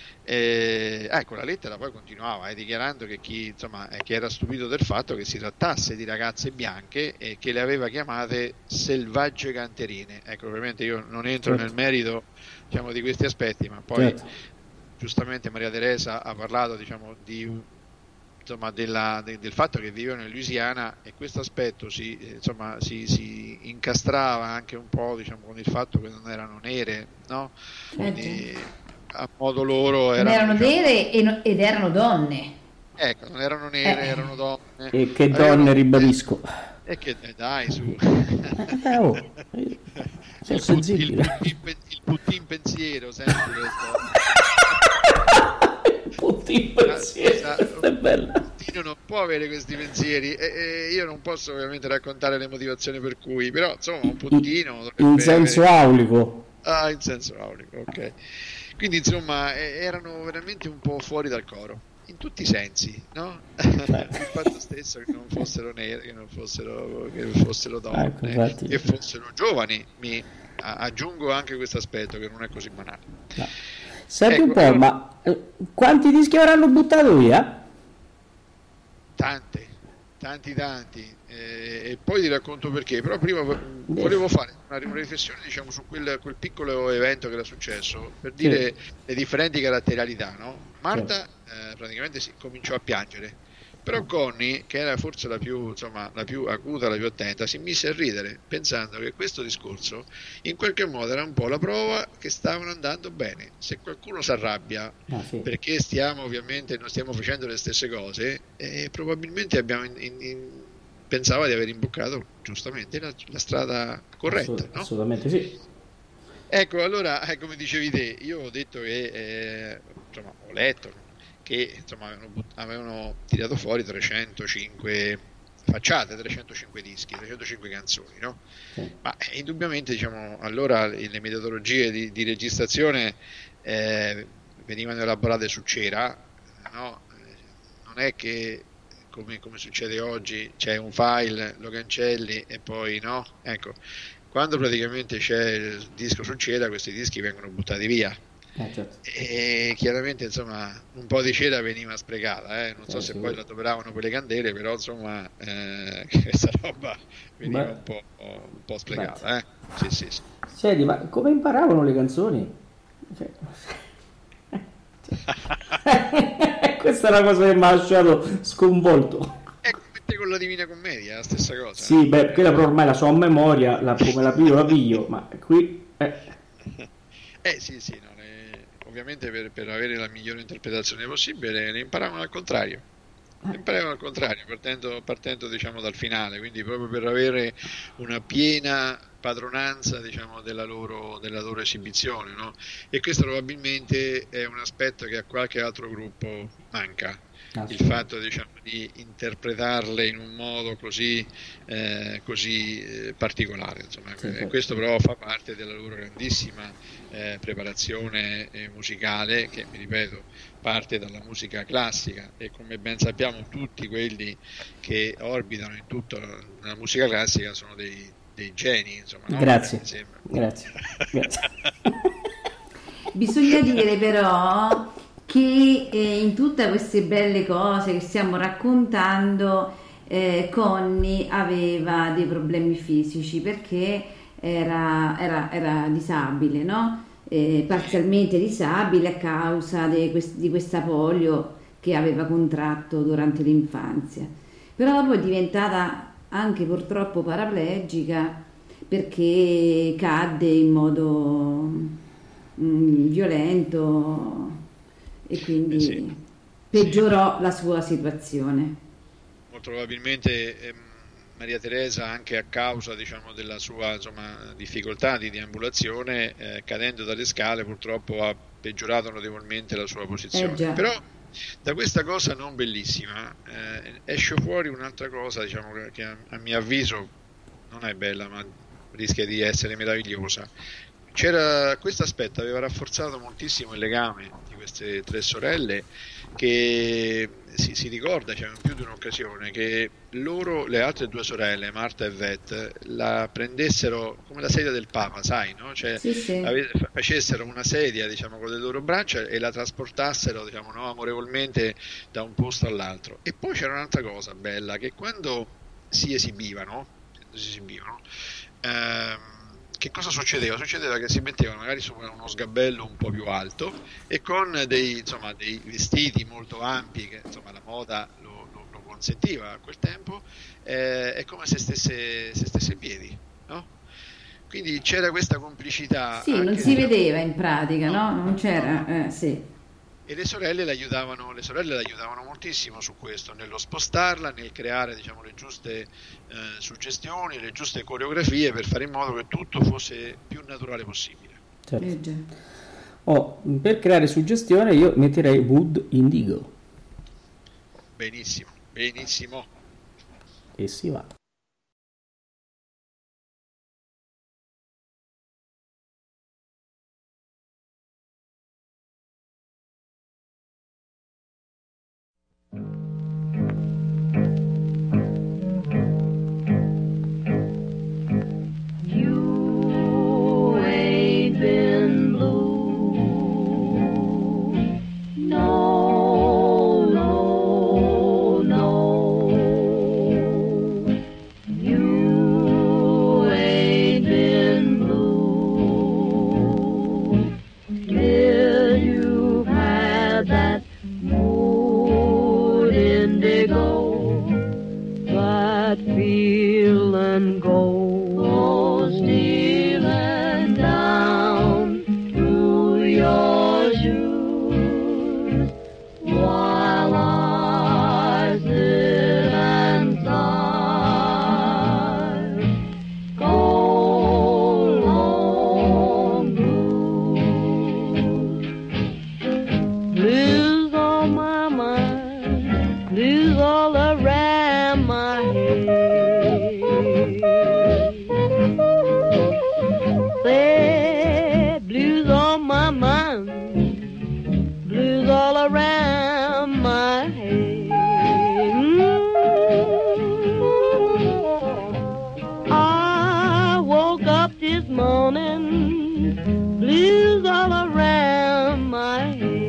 Speaker 4: Eh, ecco, la lettera poi continuava eh, dichiarando che chi, insomma, eh, che era stupito del fatto che si trattasse di ragazze bianche e che le aveva chiamate selvagge canterine. Ecco, ovviamente io non entro certo. nel merito, diciamo, di questi aspetti, ma poi certo. giustamente Maria Teresa ha parlato, diciamo, di, insomma, della, de, del fatto che vivevano in Louisiana, e questo aspetto si, eh, insomma, si, si incastrava anche un po', diciamo, con il fatto che non erano nere, no? Quindi, a modo loro erano,
Speaker 3: erano
Speaker 4: diciamo,
Speaker 3: nere e no, ed erano donne,
Speaker 4: ecco, non erano nere, eh. erano donne,
Speaker 2: e che donne, avevano, ribadisco,
Speaker 4: e che eh, dai su
Speaker 2: eh, oh, il, put, il,
Speaker 4: il, il puttin pensiero sempre questo.
Speaker 2: Il puttin pensiero, è bello.
Speaker 4: bambino non può avere questi pensieri e, e io non posso ovviamente raccontare le motivazioni per cui, però insomma un pochino
Speaker 2: in senso
Speaker 4: avere...
Speaker 2: aulico.
Speaker 4: Ah, in senso aulico, ok. Quindi insomma erano veramente un po' fuori dal coro, in tutti i sensi, no? Il fatto stesso che non fossero nere, che non fossero, che fossero donne, ecco, che fossero giovani, mi aggiungo anche questo aspetto che non è così banale.
Speaker 2: No. Senti
Speaker 4: ecco,
Speaker 2: un po',
Speaker 4: allora...
Speaker 2: ma quanti dischi avranno buttato via?
Speaker 4: Tante, tanti tanti, eh, e poi ti racconto perché, però prima volevo fare una, una riflessione diciamo su quel, quel piccolo evento che era successo, per dire sì. le differenti caratterialità, no? Marta sì. eh, praticamente si cominciò a piangere, però Connie, che era forse la più, insomma, la più acuta, la più attenta, si mise a ridere pensando che questo discorso in qualche modo era un po' la prova che stavano andando bene. Se qualcuno si arrabbia ah, sì. perché stiamo ovviamente non stiamo facendo le stesse cose, eh, probabilmente abbiamo in, in, in, pensava di aver imboccato giustamente la, la strada corretta. Assolut-
Speaker 2: no? Assolutamente sì.
Speaker 4: Ecco, allora, eh, come dicevi te, io ho detto che eh, insomma, ho letto che insomma avevano, avevano tirato fuori trecentocinque facciate, trecentocinque dischi, trecentocinque canzoni, no? Sì. Ma eh, indubbiamente diciamo allora le metodologie di, di registrazione eh, venivano elaborate su cera, no? Non è che come, come succede oggi c'è un file, lo cancelli e poi no? Ecco, quando praticamente c'è il disco su cera questi dischi vengono buttati via. Eh, certo. E chiaramente insomma un po' di cera veniva sprecata, eh? non so eh, se sì. poi la adoperavano per le candele, però insomma eh, questa roba veniva Beh. un po', un po' sprecata. Eh? Sì, sì, sì.
Speaker 2: Senti, ma come imparavano le canzoni? Cioè... questa è una cosa che mi ha lasciato sconvolto.
Speaker 4: È come con la Divina Commedia, la stessa cosa.
Speaker 2: Sì, beh, quella però ormai la so a memoria, la, come la piglio la piglio, ma qui... Eh,
Speaker 4: eh sì, sì, no. Ovviamente per, per avere la migliore interpretazione possibile ne imparavano al contrario, ne imparavano al contrario partendo, partendo diciamo dal finale, quindi proprio per avere una piena padronanza diciamo della loro, della loro esibizione, no? E questo probabilmente è un aspetto che a qualche altro gruppo manca, il fatto diciamo di interpretarle in un modo così, eh, così eh, particolare, insomma. Sì, sì. Questo però fa parte della loro grandissima eh, preparazione eh, musicale, che mi ripeto parte dalla musica classica, e come ben sappiamo tutti quelli che orbitano in tutta la musica classica sono dei, dei geni, insomma, no?
Speaker 2: Grazie, grazie. Grazie.
Speaker 3: Bisogna dire però che eh, in tutte queste belle cose che stiamo raccontando eh, Connie aveva dei problemi fisici perché era, era, era disabile, no? Eh, parzialmente disabile a causa di, quest- di questa polio che aveva contratto durante l'infanzia, però dopo è diventata anche purtroppo paraplegica perché cadde in modo mh, violento e quindi eh sì, peggiorò sì. la sua situazione.
Speaker 4: Molto probabilmente ehm, Maria Teresa, anche a causa diciamo della sua insomma, difficoltà di deambulazione, eh, cadendo dalle scale purtroppo ha peggiorato notevolmente la sua posizione. Eh Però da questa cosa non bellissima eh, esce fuori un'altra cosa diciamo, che a, a mio avviso non è bella ma rischia di essere meravigliosa. C'era questo aspetto, aveva rafforzato moltissimo il legame di queste tre sorelle, che si, si ricorda, cioè, in più di un'occasione, che loro, le altre due sorelle, Marta e Vette, la prendessero come la sedia del Papa, sai, no? Cioè, sì, sì. Ave, facessero una sedia, diciamo, con le loro braccia e la trasportassero, diciamo, no, amorevolmente da un posto all'altro. E poi c'era un'altra cosa bella, che quando si esibivano, si esibivano, ehm, che cosa succedeva? Succedeva che si mettevano magari su uno sgabello un po' più alto e con dei, insomma, dei vestiti molto ampi, che insomma la moda lo, lo, lo consentiva a quel tempo, eh, è come se stesse, se stesse in piedi, no? Quindi c'era questa complicità.
Speaker 3: Sì, non si vedeva in pratica, no? no? Non c'era, eh, sì.
Speaker 4: E le sorelle le aiutavano, le sorelle le aiutavano moltissimo su questo, nello spostarla, nel creare diciamo, le giuste eh, suggestioni, le giuste coreografie per fare in modo che tutto fosse più naturale possibile.
Speaker 2: Certo. Eh, oh, per creare suggestione io metterei Wood Indigo.
Speaker 4: Benissimo, Benissimo.
Speaker 2: E si va.
Speaker 1: You ain't been blue. No, no, no. You ain't been blue till you've had that mood indigo, that feel and go. Go stealing down through your shoes while I sit and sigh. Go long blues, blues on my mind, blues all around my head. Say blues on my mind, blues all around my head. Mm. I woke up this morning, blues all around my head.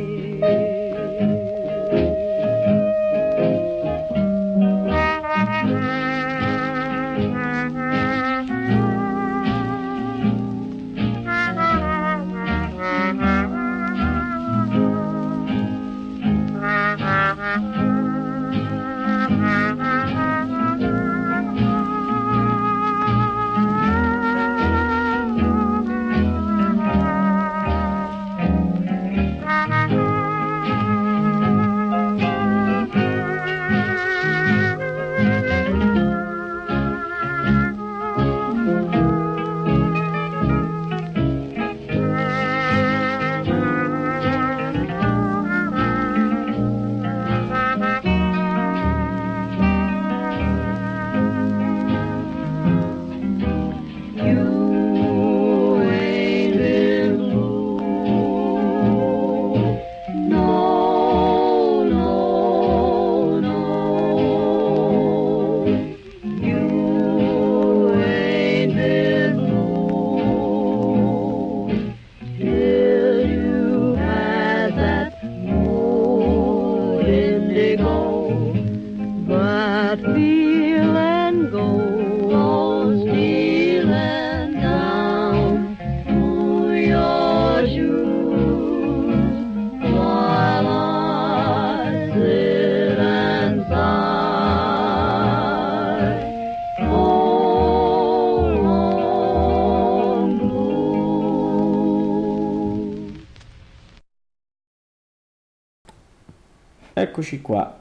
Speaker 2: Eccoci qua,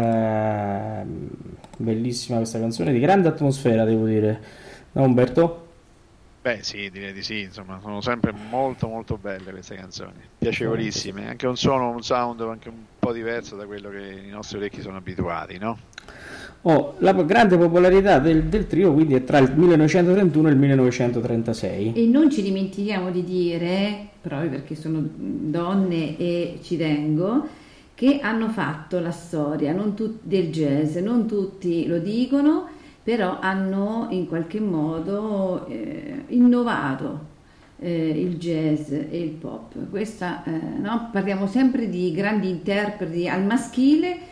Speaker 2: eh, bellissima questa canzone, di grande atmosfera, devo dire, no Umberto?
Speaker 4: Beh sì, direi di sì, insomma, sono sempre molto molto belle queste canzoni, piacevolissime, anche un suono, un sound anche un po' diverso da quello che i nostri orecchi sono abituati, no?
Speaker 2: Oh, la grande popolarità del, del trio quindi è tra il millenovecentotrentuno e il millenovecentotrentasei.
Speaker 3: E non ci dimentichiamo di dire, proprio perché sono donne e ci tengo, che hanno fatto la storia non tut- del jazz, non tutti lo dicono, però hanno in qualche modo eh, innovato eh, il jazz e il pop. Questa, eh, no? Parliamo sempre di grandi interpreti al maschile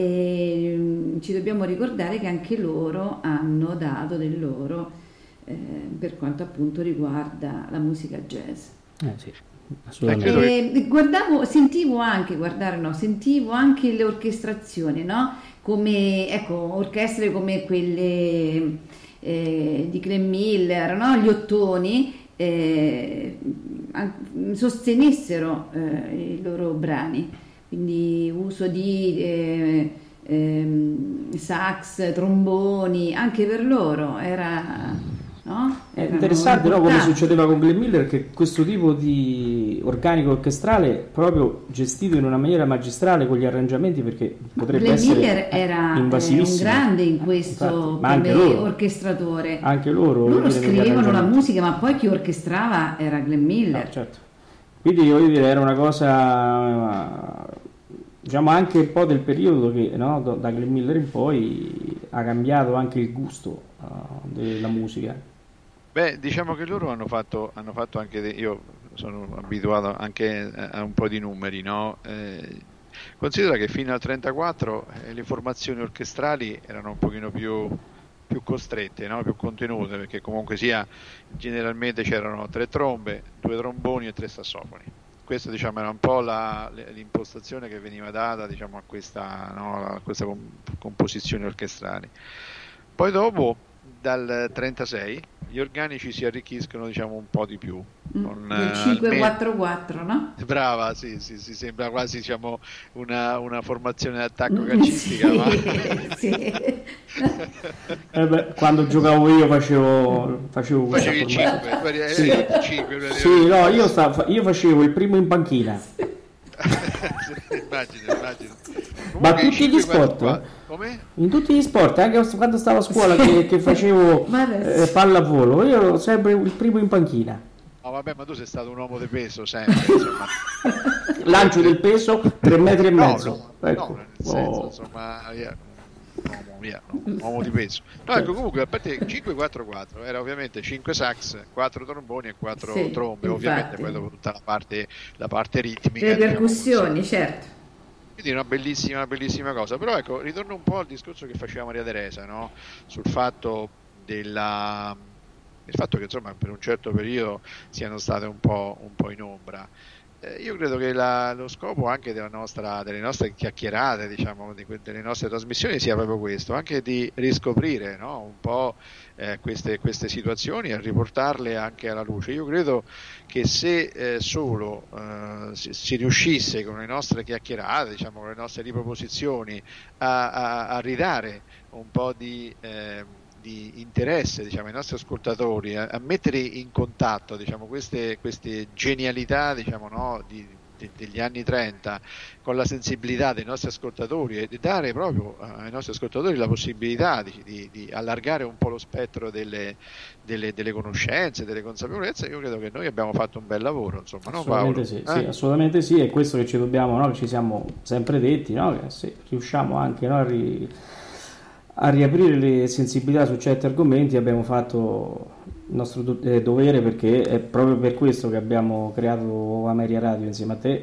Speaker 3: e mm, ci dobbiamo ricordare che anche loro hanno dato del loro eh, per quanto appunto riguarda la musica jazz.
Speaker 2: Eh sì. Assolutamente.
Speaker 3: Eh, guardavo, sentivo anche, guardare no, sentivo anche le orchestrazioni, no? Come, ecco, orchestre come quelle eh, di Glenn Miller, no? Gli ottoni eh, sostenessero eh, i loro brani, quindi uso di eh, eh, sax, tromboni, anche per loro era no?
Speaker 2: È interessante, no, come succedeva con Glenn Miller, che questo tipo di organico orchestrale proprio gestito in una maniera magistrale con gli arrangiamenti, perché potrebbe
Speaker 3: Glenn
Speaker 2: essere
Speaker 3: Miller era eh, un grande in questo. Infatti, ma anche loro, orchestratore.
Speaker 2: Anche loro,
Speaker 3: loro scrivevano la musica, ma poi chi orchestrava era Glenn Miller.
Speaker 2: No, certo. Quindi voglio dire, era una cosa, diciamo, anche un po' del periodo che, no, da Glenn Miller in poi ha cambiato anche il gusto uh, della musica.
Speaker 4: Beh, diciamo che loro hanno fatto, hanno fatto anche, de- io sono abituato anche a un po' di numeri, no? Eh, considera che fino al trentaquattro eh, le formazioni orchestrali erano un pochino più, più costrette, no? Più contenute, perché comunque sia generalmente c'erano tre trombe, due tromboni e tre sassofoni. Questa, diciamo, era un po' la, l'impostazione che veniva data, diciamo, a questa, no? a questa comp- composizione orchestrali. Poi dopo, dal trentasei, gli organici si arricchiscono, diciamo, un po' di più.
Speaker 3: Con, il cinque quattro quattro, no?
Speaker 4: Brava, sì, sì, sì, sembra quasi, diciamo, una, una formazione d'attacco calcistica.
Speaker 3: Sì,
Speaker 4: ma...
Speaker 3: sì.
Speaker 2: Eh beh, quando giocavo io facevo facevo
Speaker 4: Facevi il cinque,
Speaker 2: sì.
Speaker 4: Eri il cinque,
Speaker 2: sì, no, io, stavo, io facevo il primo in panchina.
Speaker 4: immagino, immagino.
Speaker 2: Ma tutti gli sport,
Speaker 4: come?
Speaker 2: In tutti gli sport, anche quando stavo a scuola che, che facevo eh, pallavolo, io ero sempre il primo in panchina.
Speaker 4: No, vabbè, ma tu sei stato un uomo di peso sempre, insomma.
Speaker 2: Lancio del peso tre metri e
Speaker 4: no,
Speaker 2: mezzo.
Speaker 4: No,
Speaker 2: ecco.
Speaker 4: no, nel senso, oh. insomma, via, uomo, via, no, uomo di peso. No, ecco, comunque, a parte cinque quattro quattro, era ovviamente cinque sax, quattro tromboni e quattro sì, trombe, infatti. Ovviamente poi dopo tutta la parte, la parte ritmica.
Speaker 3: Le percussioni, diciamo, certo.
Speaker 4: Quindi una bellissima, una bellissima cosa. Però ecco, ritorno un po' al discorso che faceva Maria Teresa, no? Sul fatto della... il fatto che, insomma, per un certo periodo siano state un po', un po' in ombra. Eh, io credo che la, lo scopo anche della nostra, delle nostre chiacchierate, diciamo, di, delle nostre trasmissioni sia proprio questo, anche di riscoprire, no? Un po' eh, queste, queste situazioni e riportarle anche alla luce. Io credo che se eh, solo eh, si, si riuscisse con le nostre chiacchierate, diciamo, con le nostre riproposizioni a, a, a ridare un po' di... Eh, di interesse, diciamo, ai nostri ascoltatori a, a mettere in contatto, diciamo, queste, queste genialità, diciamo, no, di, di, degli anni trenta con la sensibilità dei nostri ascoltatori e di dare proprio ai nostri ascoltatori la possibilità di, di, di allargare un po' lo spettro delle, delle, delle conoscenze, delle consapevolezze. Io credo che noi abbiamo fatto un bel lavoro, insomma, no, Paolo?
Speaker 2: Sì,
Speaker 4: eh?
Speaker 2: sì, assolutamente sì, è questo che ci dobbiamo, no, che ci siamo sempre detti, no, che se riusciamo anche, no, a ri... a riaprire le sensibilità su certi argomenti abbiamo fatto il nostro do- eh, dovere, perché è proprio per questo che abbiamo creato Ameria Radio insieme a te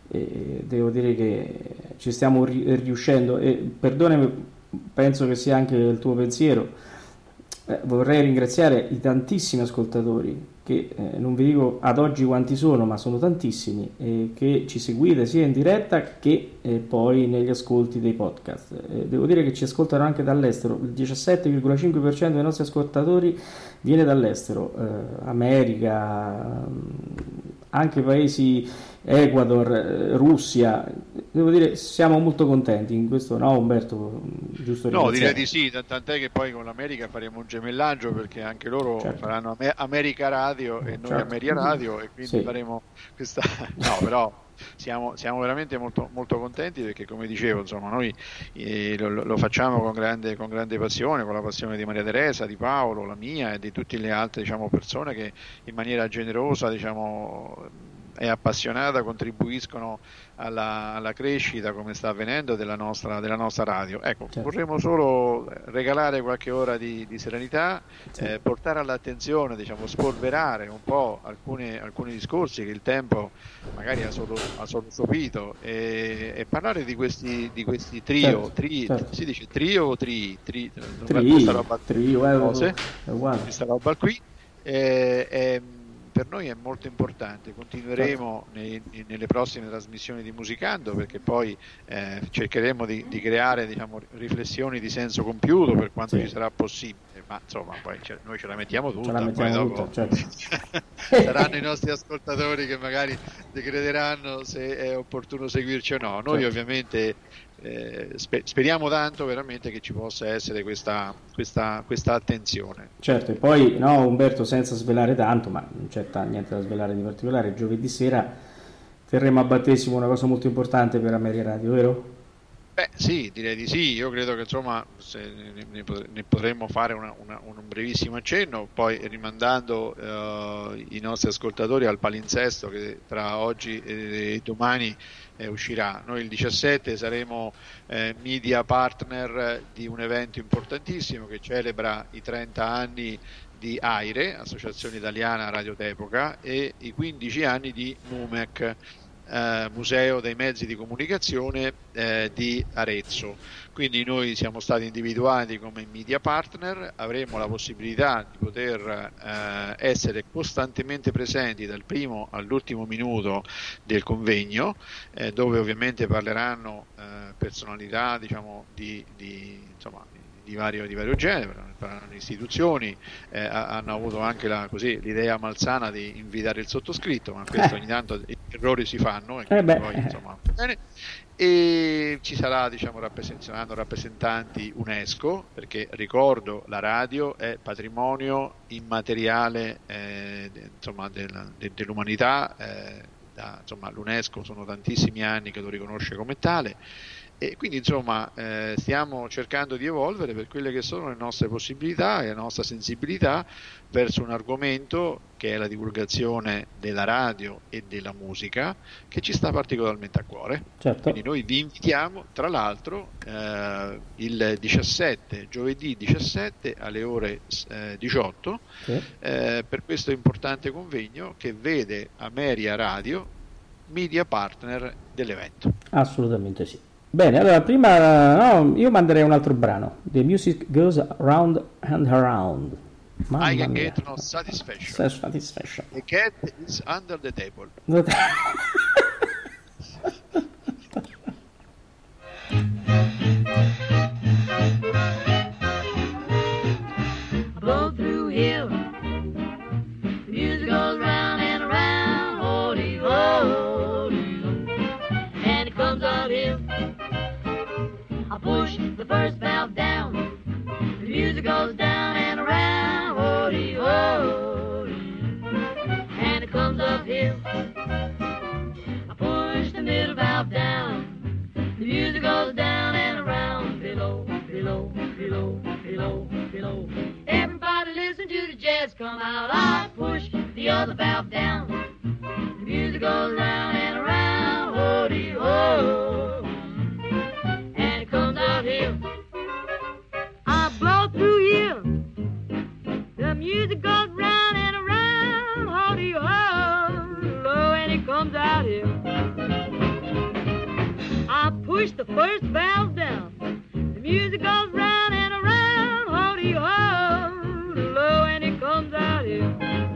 Speaker 2: e devo dire che ci stiamo ri- riuscendo e perdonami, penso che sia anche il tuo pensiero. Eh, vorrei ringraziare i tantissimi ascoltatori che eh, non vi dico ad oggi quanti sono, ma sono tantissimi, eh, che ci seguite sia in diretta che eh, poi negli ascolti dei podcast. Eh, devo dire che ci ascoltano anche dall'estero, il diciassette virgola cinque per cento dei nostri ascoltatori viene dall'estero, eh, America, anche paesi Ecuador, eh, Russia. Devo dire siamo molto contenti in questo, no Umberto? Giusto,
Speaker 4: no, direi di sì, tant'è che poi con l'America faremo un gemellaggio, perché anche loro certo. faranno America Radio e noi certo. Ameria Radio, e quindi sì. faremo questa no, però siamo, siamo veramente molto, molto contenti, perché come dicevo, insomma, noi eh, lo, lo facciamo con grande, con grande passione, con la passione di Maria Teresa, di Paolo, la mia e di tutte le altre, diciamo, persone che in maniera generosa, diciamo, e appassionata contribuiscono alla, alla crescita, come sta avvenendo, della nostra, della nostra radio. Ecco, certo. vorremmo solo regalare qualche ora di, di serenità, sì. eh, portare all'attenzione, diciamo, spolverare un po' alcune, alcuni discorsi che il tempo magari ha solo, ha solo sopito, e, e parlare di questi, di questi trio, certo. Tri, certo. si dice trio o tri? Tri,
Speaker 2: tri, questa roba, trio, è
Speaker 4: cose, è questa roba qui. E, e, per noi è molto importante, continueremo nei, nelle prossime trasmissioni di Musicando, perché poi eh, cercheremo di, di creare, diciamo, riflessioni di senso compiuto per quanto sì. ci sarà possibile, ma insomma poi ce, noi ce la mettiamo tutta,
Speaker 2: la mettiamo
Speaker 4: poi
Speaker 2: tutta,
Speaker 4: dopo
Speaker 2: certo.
Speaker 4: saranno i nostri ascoltatori che magari decrederanno se è opportuno seguirci o no. Noi certo. ovviamente eh, sper- speriamo tanto veramente che ci possa essere questa, questa, questa attenzione.
Speaker 2: Certo, e poi no, Umberto, senza svelare tanto, ma non c'è t- niente da svelare di particolare, giovedì sera terremo a battesimo una cosa molto importante per Ameria Radio, vero?
Speaker 4: Beh sì, direi di sì, io credo che insomma se ne, ne potremmo fare una, una, un brevissimo accenno, poi rimandando uh, i nostri ascoltatori al palinsesto che tra oggi e domani eh, uscirà. Noi il diciassette saremo eh, media partner di un evento importantissimo che celebra i trenta anni di AIRE, Associazione Italiana Radio d'Epoca, e i quindici anni di MUMEC, eh, Museo dei Mezzi di Comunicazione eh, di Arezzo. Quindi noi siamo stati individuati come media partner, avremo la possibilità di poter eh, essere costantemente presenti dal primo all'ultimo minuto del convegno, eh, dove ovviamente parleranno eh, personalità, diciamo, di, di insomma, Di vario, di vario genere, le istituzioni eh, hanno avuto anche la, così, l'idea malsana di invitare il sottoscritto, ma questo ogni tanto gli errori si fanno e,
Speaker 2: eh
Speaker 4: poi, insomma, bene. E ci sarà, diciamo, rappresenteranno rappresentanti UNESCO, perché ricordo la radio è patrimonio immateriale eh, de, insomma, del, de, dell'umanità, eh, da, insomma, l'UNESCO sono tantissimi anni che lo riconosce come tale. E quindi insomma eh, stiamo cercando di evolvere per quelle che sono le nostre possibilità e la nostra sensibilità verso un argomento che è la divulgazione della radio e della musica, che ci sta particolarmente a cuore.
Speaker 2: Certo.
Speaker 4: Quindi noi vi invitiamo, tra l'altro, eh, il diciassette, giovedì diciassette alle ore eh, diciotto,
Speaker 2: sì. eh,
Speaker 4: per questo importante convegno che vede Ameria Radio media partner dell'evento.
Speaker 2: Assolutamente sì. Bene, allora prima no, io manderei un altro brano. The music goes round and around. Mamma
Speaker 4: I can
Speaker 2: mia.
Speaker 4: get no satisfaction.
Speaker 2: Satisfaction.
Speaker 4: The cat is under the table.
Speaker 1: Blow through here. The music goes round and around. Holy, holy, and it comes out here. I push the first valve down. The music goes down and around. Holy, holy, and it comes up here. I push the middle valve down. The music goes down and around. Below, below, below, below, below. Everybody listen to the jazz come out. I push the other valve down. The music goes round and around. Holy, holy, and it comes out here. I blow through here. The music goes round and around. Holy, holy, and it comes out here. I push the first valve down. The music goes round and around. Holy, holy, and it comes out here.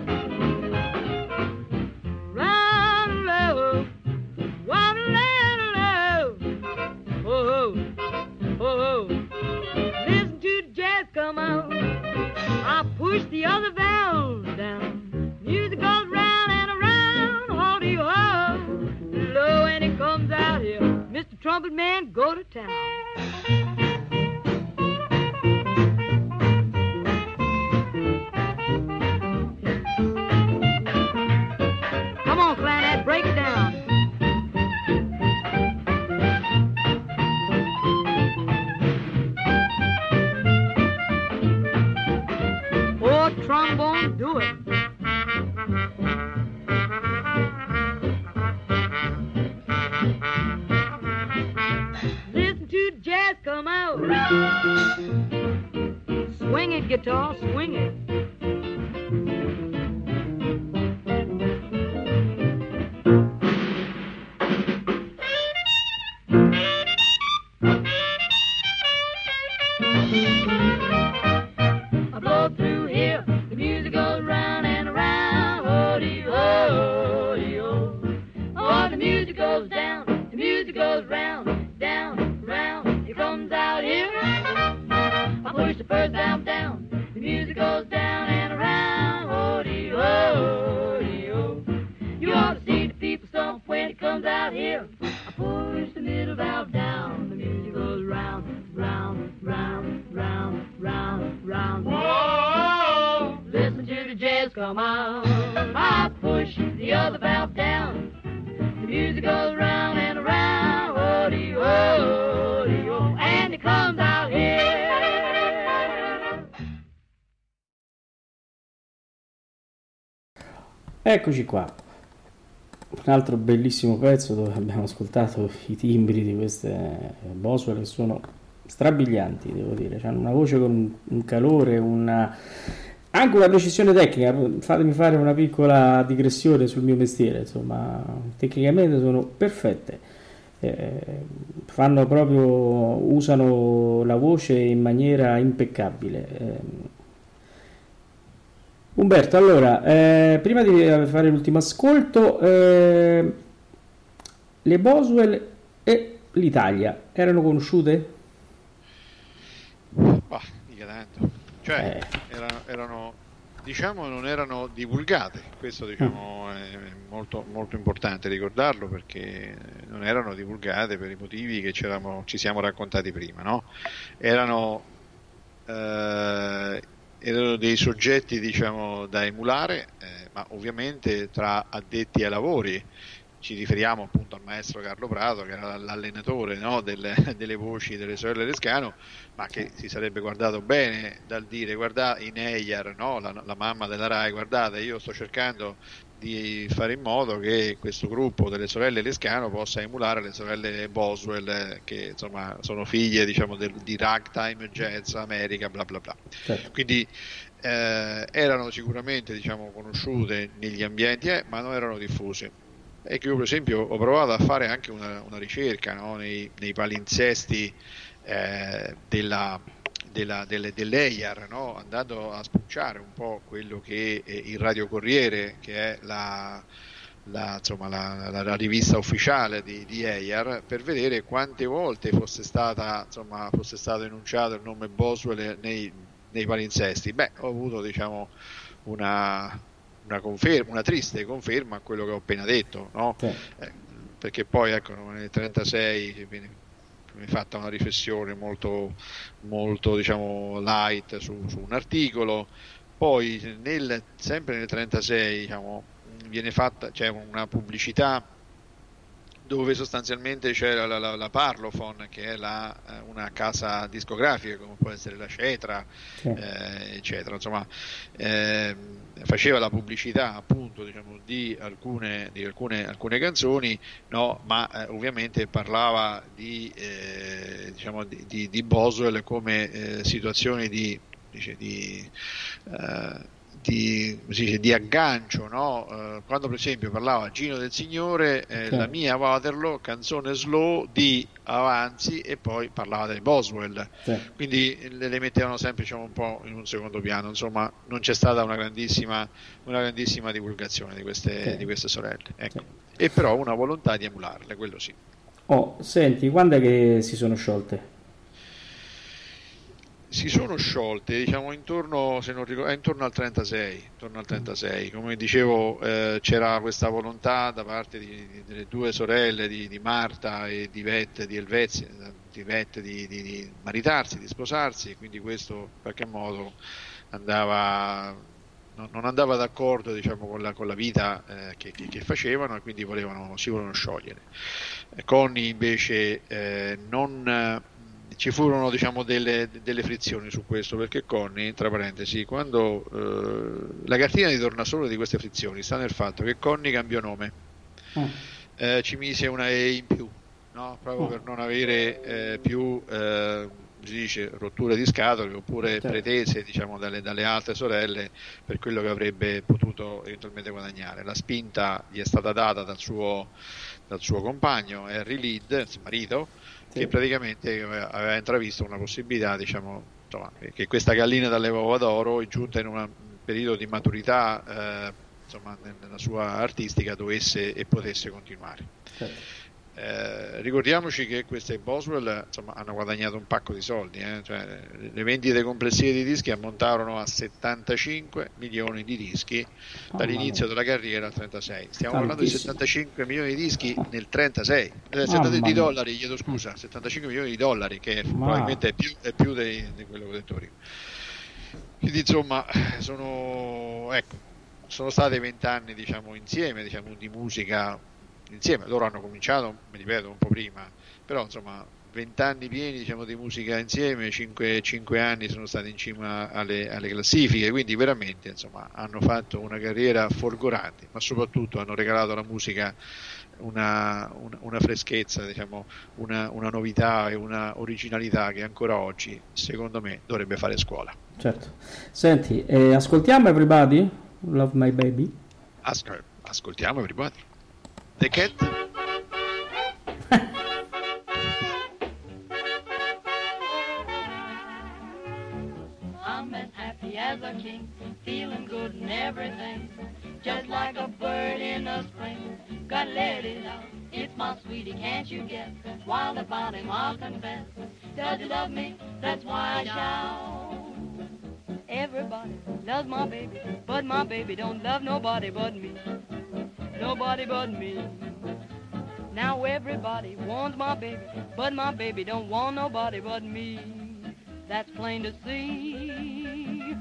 Speaker 1: Round low, round low, oh, oh, oh. Listen to the jazz come out. I push the other valve down. Music goes round and around. Holy, holy, low, and it comes out here. Mister Trumpet Man, go to town. Come on, clarinet, break it down. Oh, trombone, do it. Listen to the jazz come out. Swing it, guitar, swing it. I blow through here, the music goes round and around. Holy, holy, oh. Oh, the music goes down, the music goes round, down, round. It comes out here. I push the first valve down, the music goes down. the valve down. The music goes round and around, oh-dee-oh, oh-dee-oh, and it comes out here.
Speaker 2: Eccoci qua, un altro bellissimo pezzo dove abbiamo ascoltato i timbri di queste Boswell che sono strabilianti, devo dire, hanno una voce con un calore, una... anche una precisione tecnica. Fatemi fare una piccola digressione sul mio mestiere, insomma, tecnicamente sono perfette, eh, fanno proprio, usano la voce in maniera impeccabile. eh. Umberto, allora, eh, prima di fare l'ultimo ascolto, eh, le Boswell e l'Italia erano conosciute?
Speaker 4: Bah, mica tanto. Cioè,
Speaker 2: Eh.
Speaker 4: erano, erano, diciamo, non erano divulgate. Questo, diciamo, è molto, molto importante ricordarlo, perché non erano divulgate per i motivi che c'eravamo, ci siamo raccontati prima, no? Erano... Eh, erano dei soggetti, diciamo, da emulare, eh, ma ovviamente tra addetti ai lavori. Ci riferiamo appunto al maestro Carlo Prato, che era l'allenatore, no, delle, delle voci delle sorelle Lescano, ma che si sarebbe guardato bene dal dire: guardate, in Eyar, no, la, la mamma della Rai, guardate, io sto cercando di fare in modo che questo gruppo delle sorelle Lescano possa emulare le sorelle Boswell, che insomma sono figlie, diciamo, del, di ragtime, jazz, America, bla bla bla.
Speaker 2: Certo.
Speaker 4: Quindi eh, erano sicuramente, diciamo, conosciute negli ambienti, eh, ma non erano diffuse. E che io, per esempio, ho provato a fare anche una, una ricerca, no, nei, nei palinsesti eh, della Della, delle, dell'Eyar, no? Andando a spulciare un po' quello che è il Radio Corriere, che è la, la, insomma, la, la, la rivista ufficiale di, di Eyar, per vedere quante volte fosse stata, insomma, fosse stato enunciato il nome Boswell nei, nei palinsesti. Beh, ho avuto, diciamo, una, una conferma, una triste conferma a quello che ho appena detto, no?
Speaker 2: Sì.
Speaker 4: Eh, perché poi, ecco, nel trentasei viene mi è fatta una riflessione molto, molto, diciamo, light su, su un articolo. Poi nel, sempre nel trentasei, diciamo, viene fatta, c'è una pubblicità dove sostanzialmente c'era la, la, la Parlophone, che è la, una casa discografica come può essere la Cetra,
Speaker 2: Sì.
Speaker 4: eh, eccetera, insomma, eh, faceva la pubblicità, appunto, diciamo, di alcune, di alcune, alcune canzoni, no, ma eh, ovviamente parlava di, eh, diciamo, di, di, di Boswell come eh, situazioni di, dice, di eh, Di, si dice, di aggancio, no? Uh, quando per esempio parlava Gino del Signore, eh,
Speaker 2: sì.
Speaker 4: La mia Waterloo, canzone slow di avanzi, e poi parlava dei Boswell,
Speaker 2: Sì.
Speaker 4: quindi le, le mettevano sempre, diciamo, un po' in un secondo piano. Insomma, non c'è stata una grandissima, una grandissima divulgazione di queste,
Speaker 2: Sì.
Speaker 4: di queste sorelle, ecco.
Speaker 2: Sì.
Speaker 4: E però una volontà di emularle, quello sì.
Speaker 2: Oh, senti, quando è che si sono sciolte?
Speaker 4: Si sono sciolte, diciamo, intorno, se non ricordo, intorno al trentasei, intorno al trentasei. Come dicevo, eh, c'era questa volontà da parte di, di, delle due sorelle, di, di Marta e di Vette, di Elvezia, di Vette, di, di, di maritarsi, di sposarsi, e quindi questo in qualche modo andava, non, non andava d'accordo, diciamo, con la, con la vita eh, che, che, che facevano, e quindi volevano, si volevano sciogliere. Eh, Connie invece eh, non... Ci furono, diciamo, delle, delle frizioni su questo, perché Connie, tra parentesi, quando eh, la cartina di tornasole di queste frizioni sta nel fatto che Connie cambiò nome,
Speaker 2: Mm.
Speaker 4: eh, ci mise una E in più, no? Proprio
Speaker 2: Mm.
Speaker 4: per non avere eh, più eh, si dice rotture di scatole, oppure
Speaker 2: Certo.
Speaker 4: pretese, diciamo, dalle, dalle altre sorelle per quello che avrebbe potuto eventualmente guadagnare. La spinta gli è stata data dal suo, dal suo compagno Harry Lead, il marito,
Speaker 2: Sì.
Speaker 4: che praticamente aveva intravisto una possibilità, diciamo, insomma, che questa gallina dalle uova d'oro, giunta in un periodo di maturità, eh, insomma, nella sua artistica, dovesse e potesse continuare.
Speaker 2: Certo.
Speaker 4: Eh, ricordiamoci che queste Boswell, insomma, hanno guadagnato un pacco di soldi, eh? Cioè, le vendite complessive di dischi ammontarono a settantacinque milioni di dischi
Speaker 2: Oh,
Speaker 4: dall'inizio
Speaker 2: mamma.
Speaker 4: della carriera al trentasei. Stiamo parlando di
Speaker 2: Tantissimo.
Speaker 4: settantacinque milioni di dischi nel trentasei, eh, settanta
Speaker 2: Mamma
Speaker 4: di
Speaker 2: mia.
Speaker 4: dollari, chiedo scusa, settantacinque milioni di dollari, che
Speaker 2: Ma-
Speaker 4: probabilmente è più, è più di, di quello che ho detto prima. Quindi, insomma, sono, ecco, sono stati vent'anni, diciamo, insieme, diciamo, di musica insieme. Loro hanno cominciato, mi ripeto, un po' prima, però insomma vent'anni pieni, diciamo, di musica insieme, cinque anni sono stati in cima alle, alle classifiche, quindi veramente, insomma, hanno fatto una carriera folgorante, ma soprattutto hanno regalato alla musica una, una, una freschezza, diciamo, una, una novità e una originalità che ancora oggi, secondo me, dovrebbe fare scuola.
Speaker 2: Certo. Senti, eh, ascoltiamo Everybody, Love My Baby?
Speaker 4: Ascol- ascoltiamo Everybody. The Cat.
Speaker 1: I'm as happy as a king, feeling good and everything, just like a bird in the spring. Gotta let it out, it's my sweetie, can't you guess? Wild about him, I'll confess. Does he love me? That's why I shout. Everybody loves my baby, but my baby don't love nobody but me. Nobody but me. Now everybody wants my baby, but my baby don't want nobody but me. That's plain to see.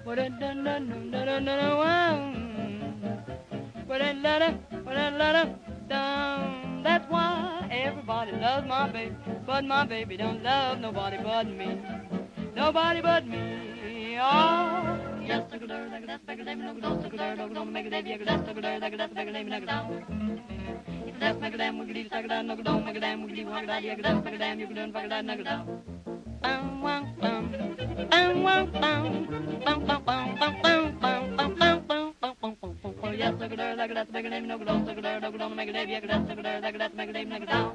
Speaker 1: That's why everybody loves my baby, but my baby don't love nobody but me. Nobody but me. Oh, yes, sugar, like that's back, let me know, don't sugar, don't make it, yeah, that's sugar, like that's back, let me know, down. That's make a damn wiggly, suck it down, knock it down, make a damn wiggly, walk it out, yeah, that's make a damn, you can do it, fuck it out, knock it down. Bum, bum, bum, bum, bum, bum, bum, bum, bum, bum, bum, bum, bum, bum, bum, bum, bum, bum, bum. Yes, suck it down, like that's make a damn, knock it down, suck it down, knock it down, make a damn, yeah, that's suck it down, like that's make a damn, knock it down.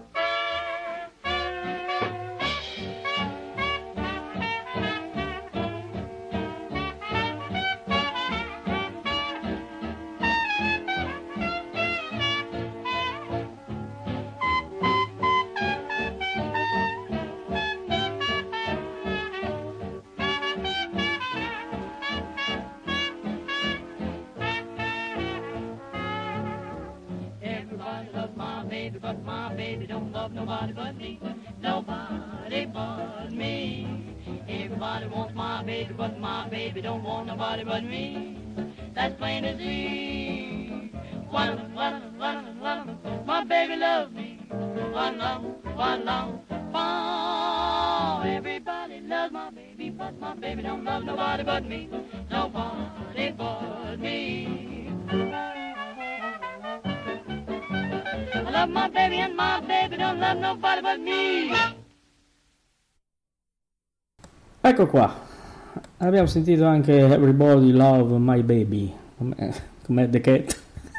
Speaker 1: But my baby don't love nobody but me. Nobody but me. Everybody wants my baby, but my baby don't want nobody but me. That's plain as see. One, one, one, one. My baby loves me. One love, one love, one. Everybody loves my baby, but my baby don't love nobody but me. Nobody but me. I love my baby and my baby don't love nobody but me.
Speaker 2: Ecco qua, abbiamo sentito anche Everybody Love My Baby, com'è, com'è The Cat.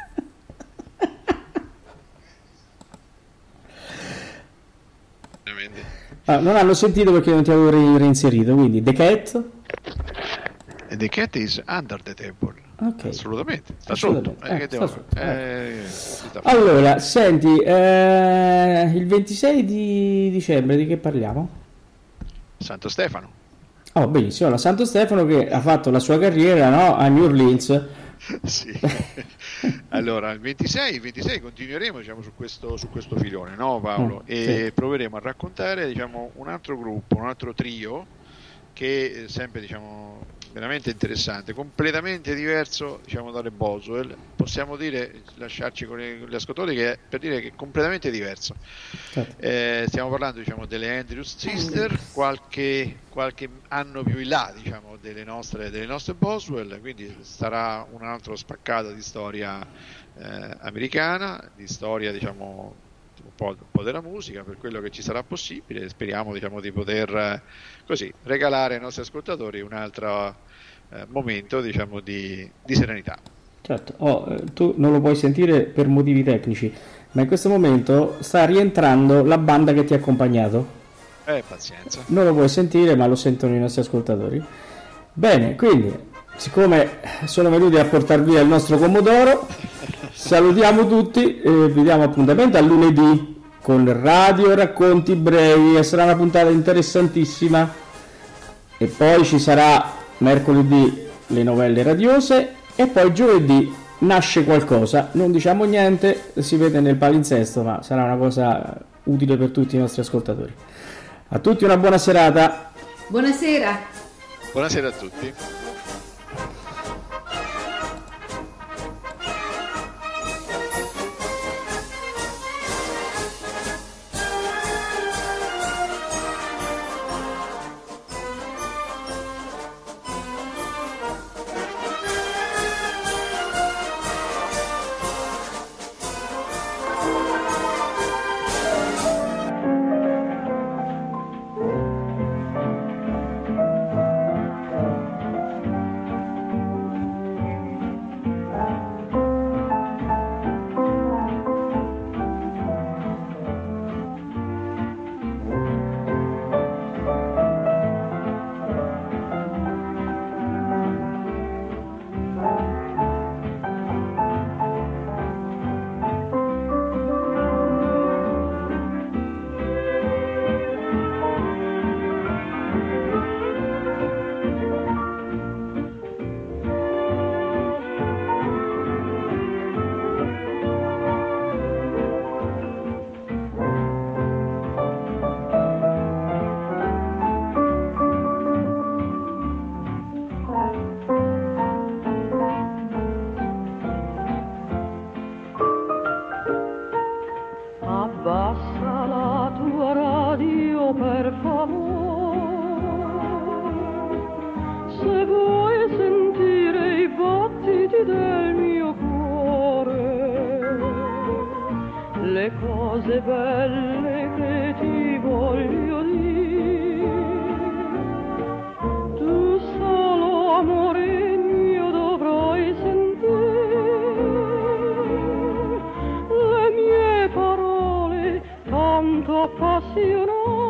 Speaker 2: Ah, non hanno sentito perché non ti avevo reinserito, quindi The Cat.
Speaker 4: E The Cat is under the table.
Speaker 2: Okay.
Speaker 4: Assolutamente, sta
Speaker 2: Assolutamente.
Speaker 4: sotto. Eh,
Speaker 2: Eh,
Speaker 4: che
Speaker 2: sta
Speaker 4: devo
Speaker 2: sotto.
Speaker 4: fare? Eh, si sta
Speaker 2: Allora, senti, eh, il ventisei di dicembre di che parliamo?
Speaker 4: Santo Stefano.
Speaker 2: Oh, benissimo, la Santo Stefano che ha fatto la sua carriera, no, a New Orleans.
Speaker 4: Sì. Allora, il ventisei, il ventisei continueremo, diciamo, su questo, su questo filone, no, Paolo?
Speaker 2: Mm,
Speaker 4: e
Speaker 2: sì.
Speaker 4: proveremo a raccontare, diciamo, un altro gruppo, un altro trio che è sempre, diciamo, veramente interessante, completamente diverso, diciamo, dalle Boswell. Possiamo dire, lasciarci con gli ascoltatori, che è, per dire che è completamente diverso.
Speaker 2: Certo.
Speaker 4: Eh, stiamo parlando, diciamo, delle Andrews Sister, qualche, qualche anno più in là, diciamo, delle nostre, delle nostre Boswell, quindi sarà un altro spaccato di storia eh, americana, di storia, diciamo, un po', un po' della musica, per quello che ci sarà possibile. Speriamo, diciamo, di poter eh, così regalare ai nostri ascoltatori un altro eh, momento, diciamo, di, di serenità.
Speaker 2: Certo, oh, eh, tu non lo puoi sentire per motivi tecnici, ma in questo momento sta rientrando la banda che ti ha accompagnato.
Speaker 4: Eh, pazienza.
Speaker 2: Non lo puoi sentire, ma lo sentono i nostri ascoltatori. Bene, quindi, siccome sono venuti a portar via il nostro Commodoro, salutiamo tutti e vi diamo appuntamento a lunedì con Radio Racconti Brevi, e sarà una puntata interessantissima. E poi ci sarà mercoledì le novelle radiose, e poi giovedì nasce qualcosa, non diciamo niente, si vede nel palinsesto, ma sarà una cosa utile per tutti i nostri ascoltatori. A tutti una buona serata.
Speaker 3: Buonasera.
Speaker 4: Buonasera a tutti.
Speaker 6: le cose belle che ti voglio dire. Tu solo, amore mio, dovrai sentire le mie parole tanto appassionate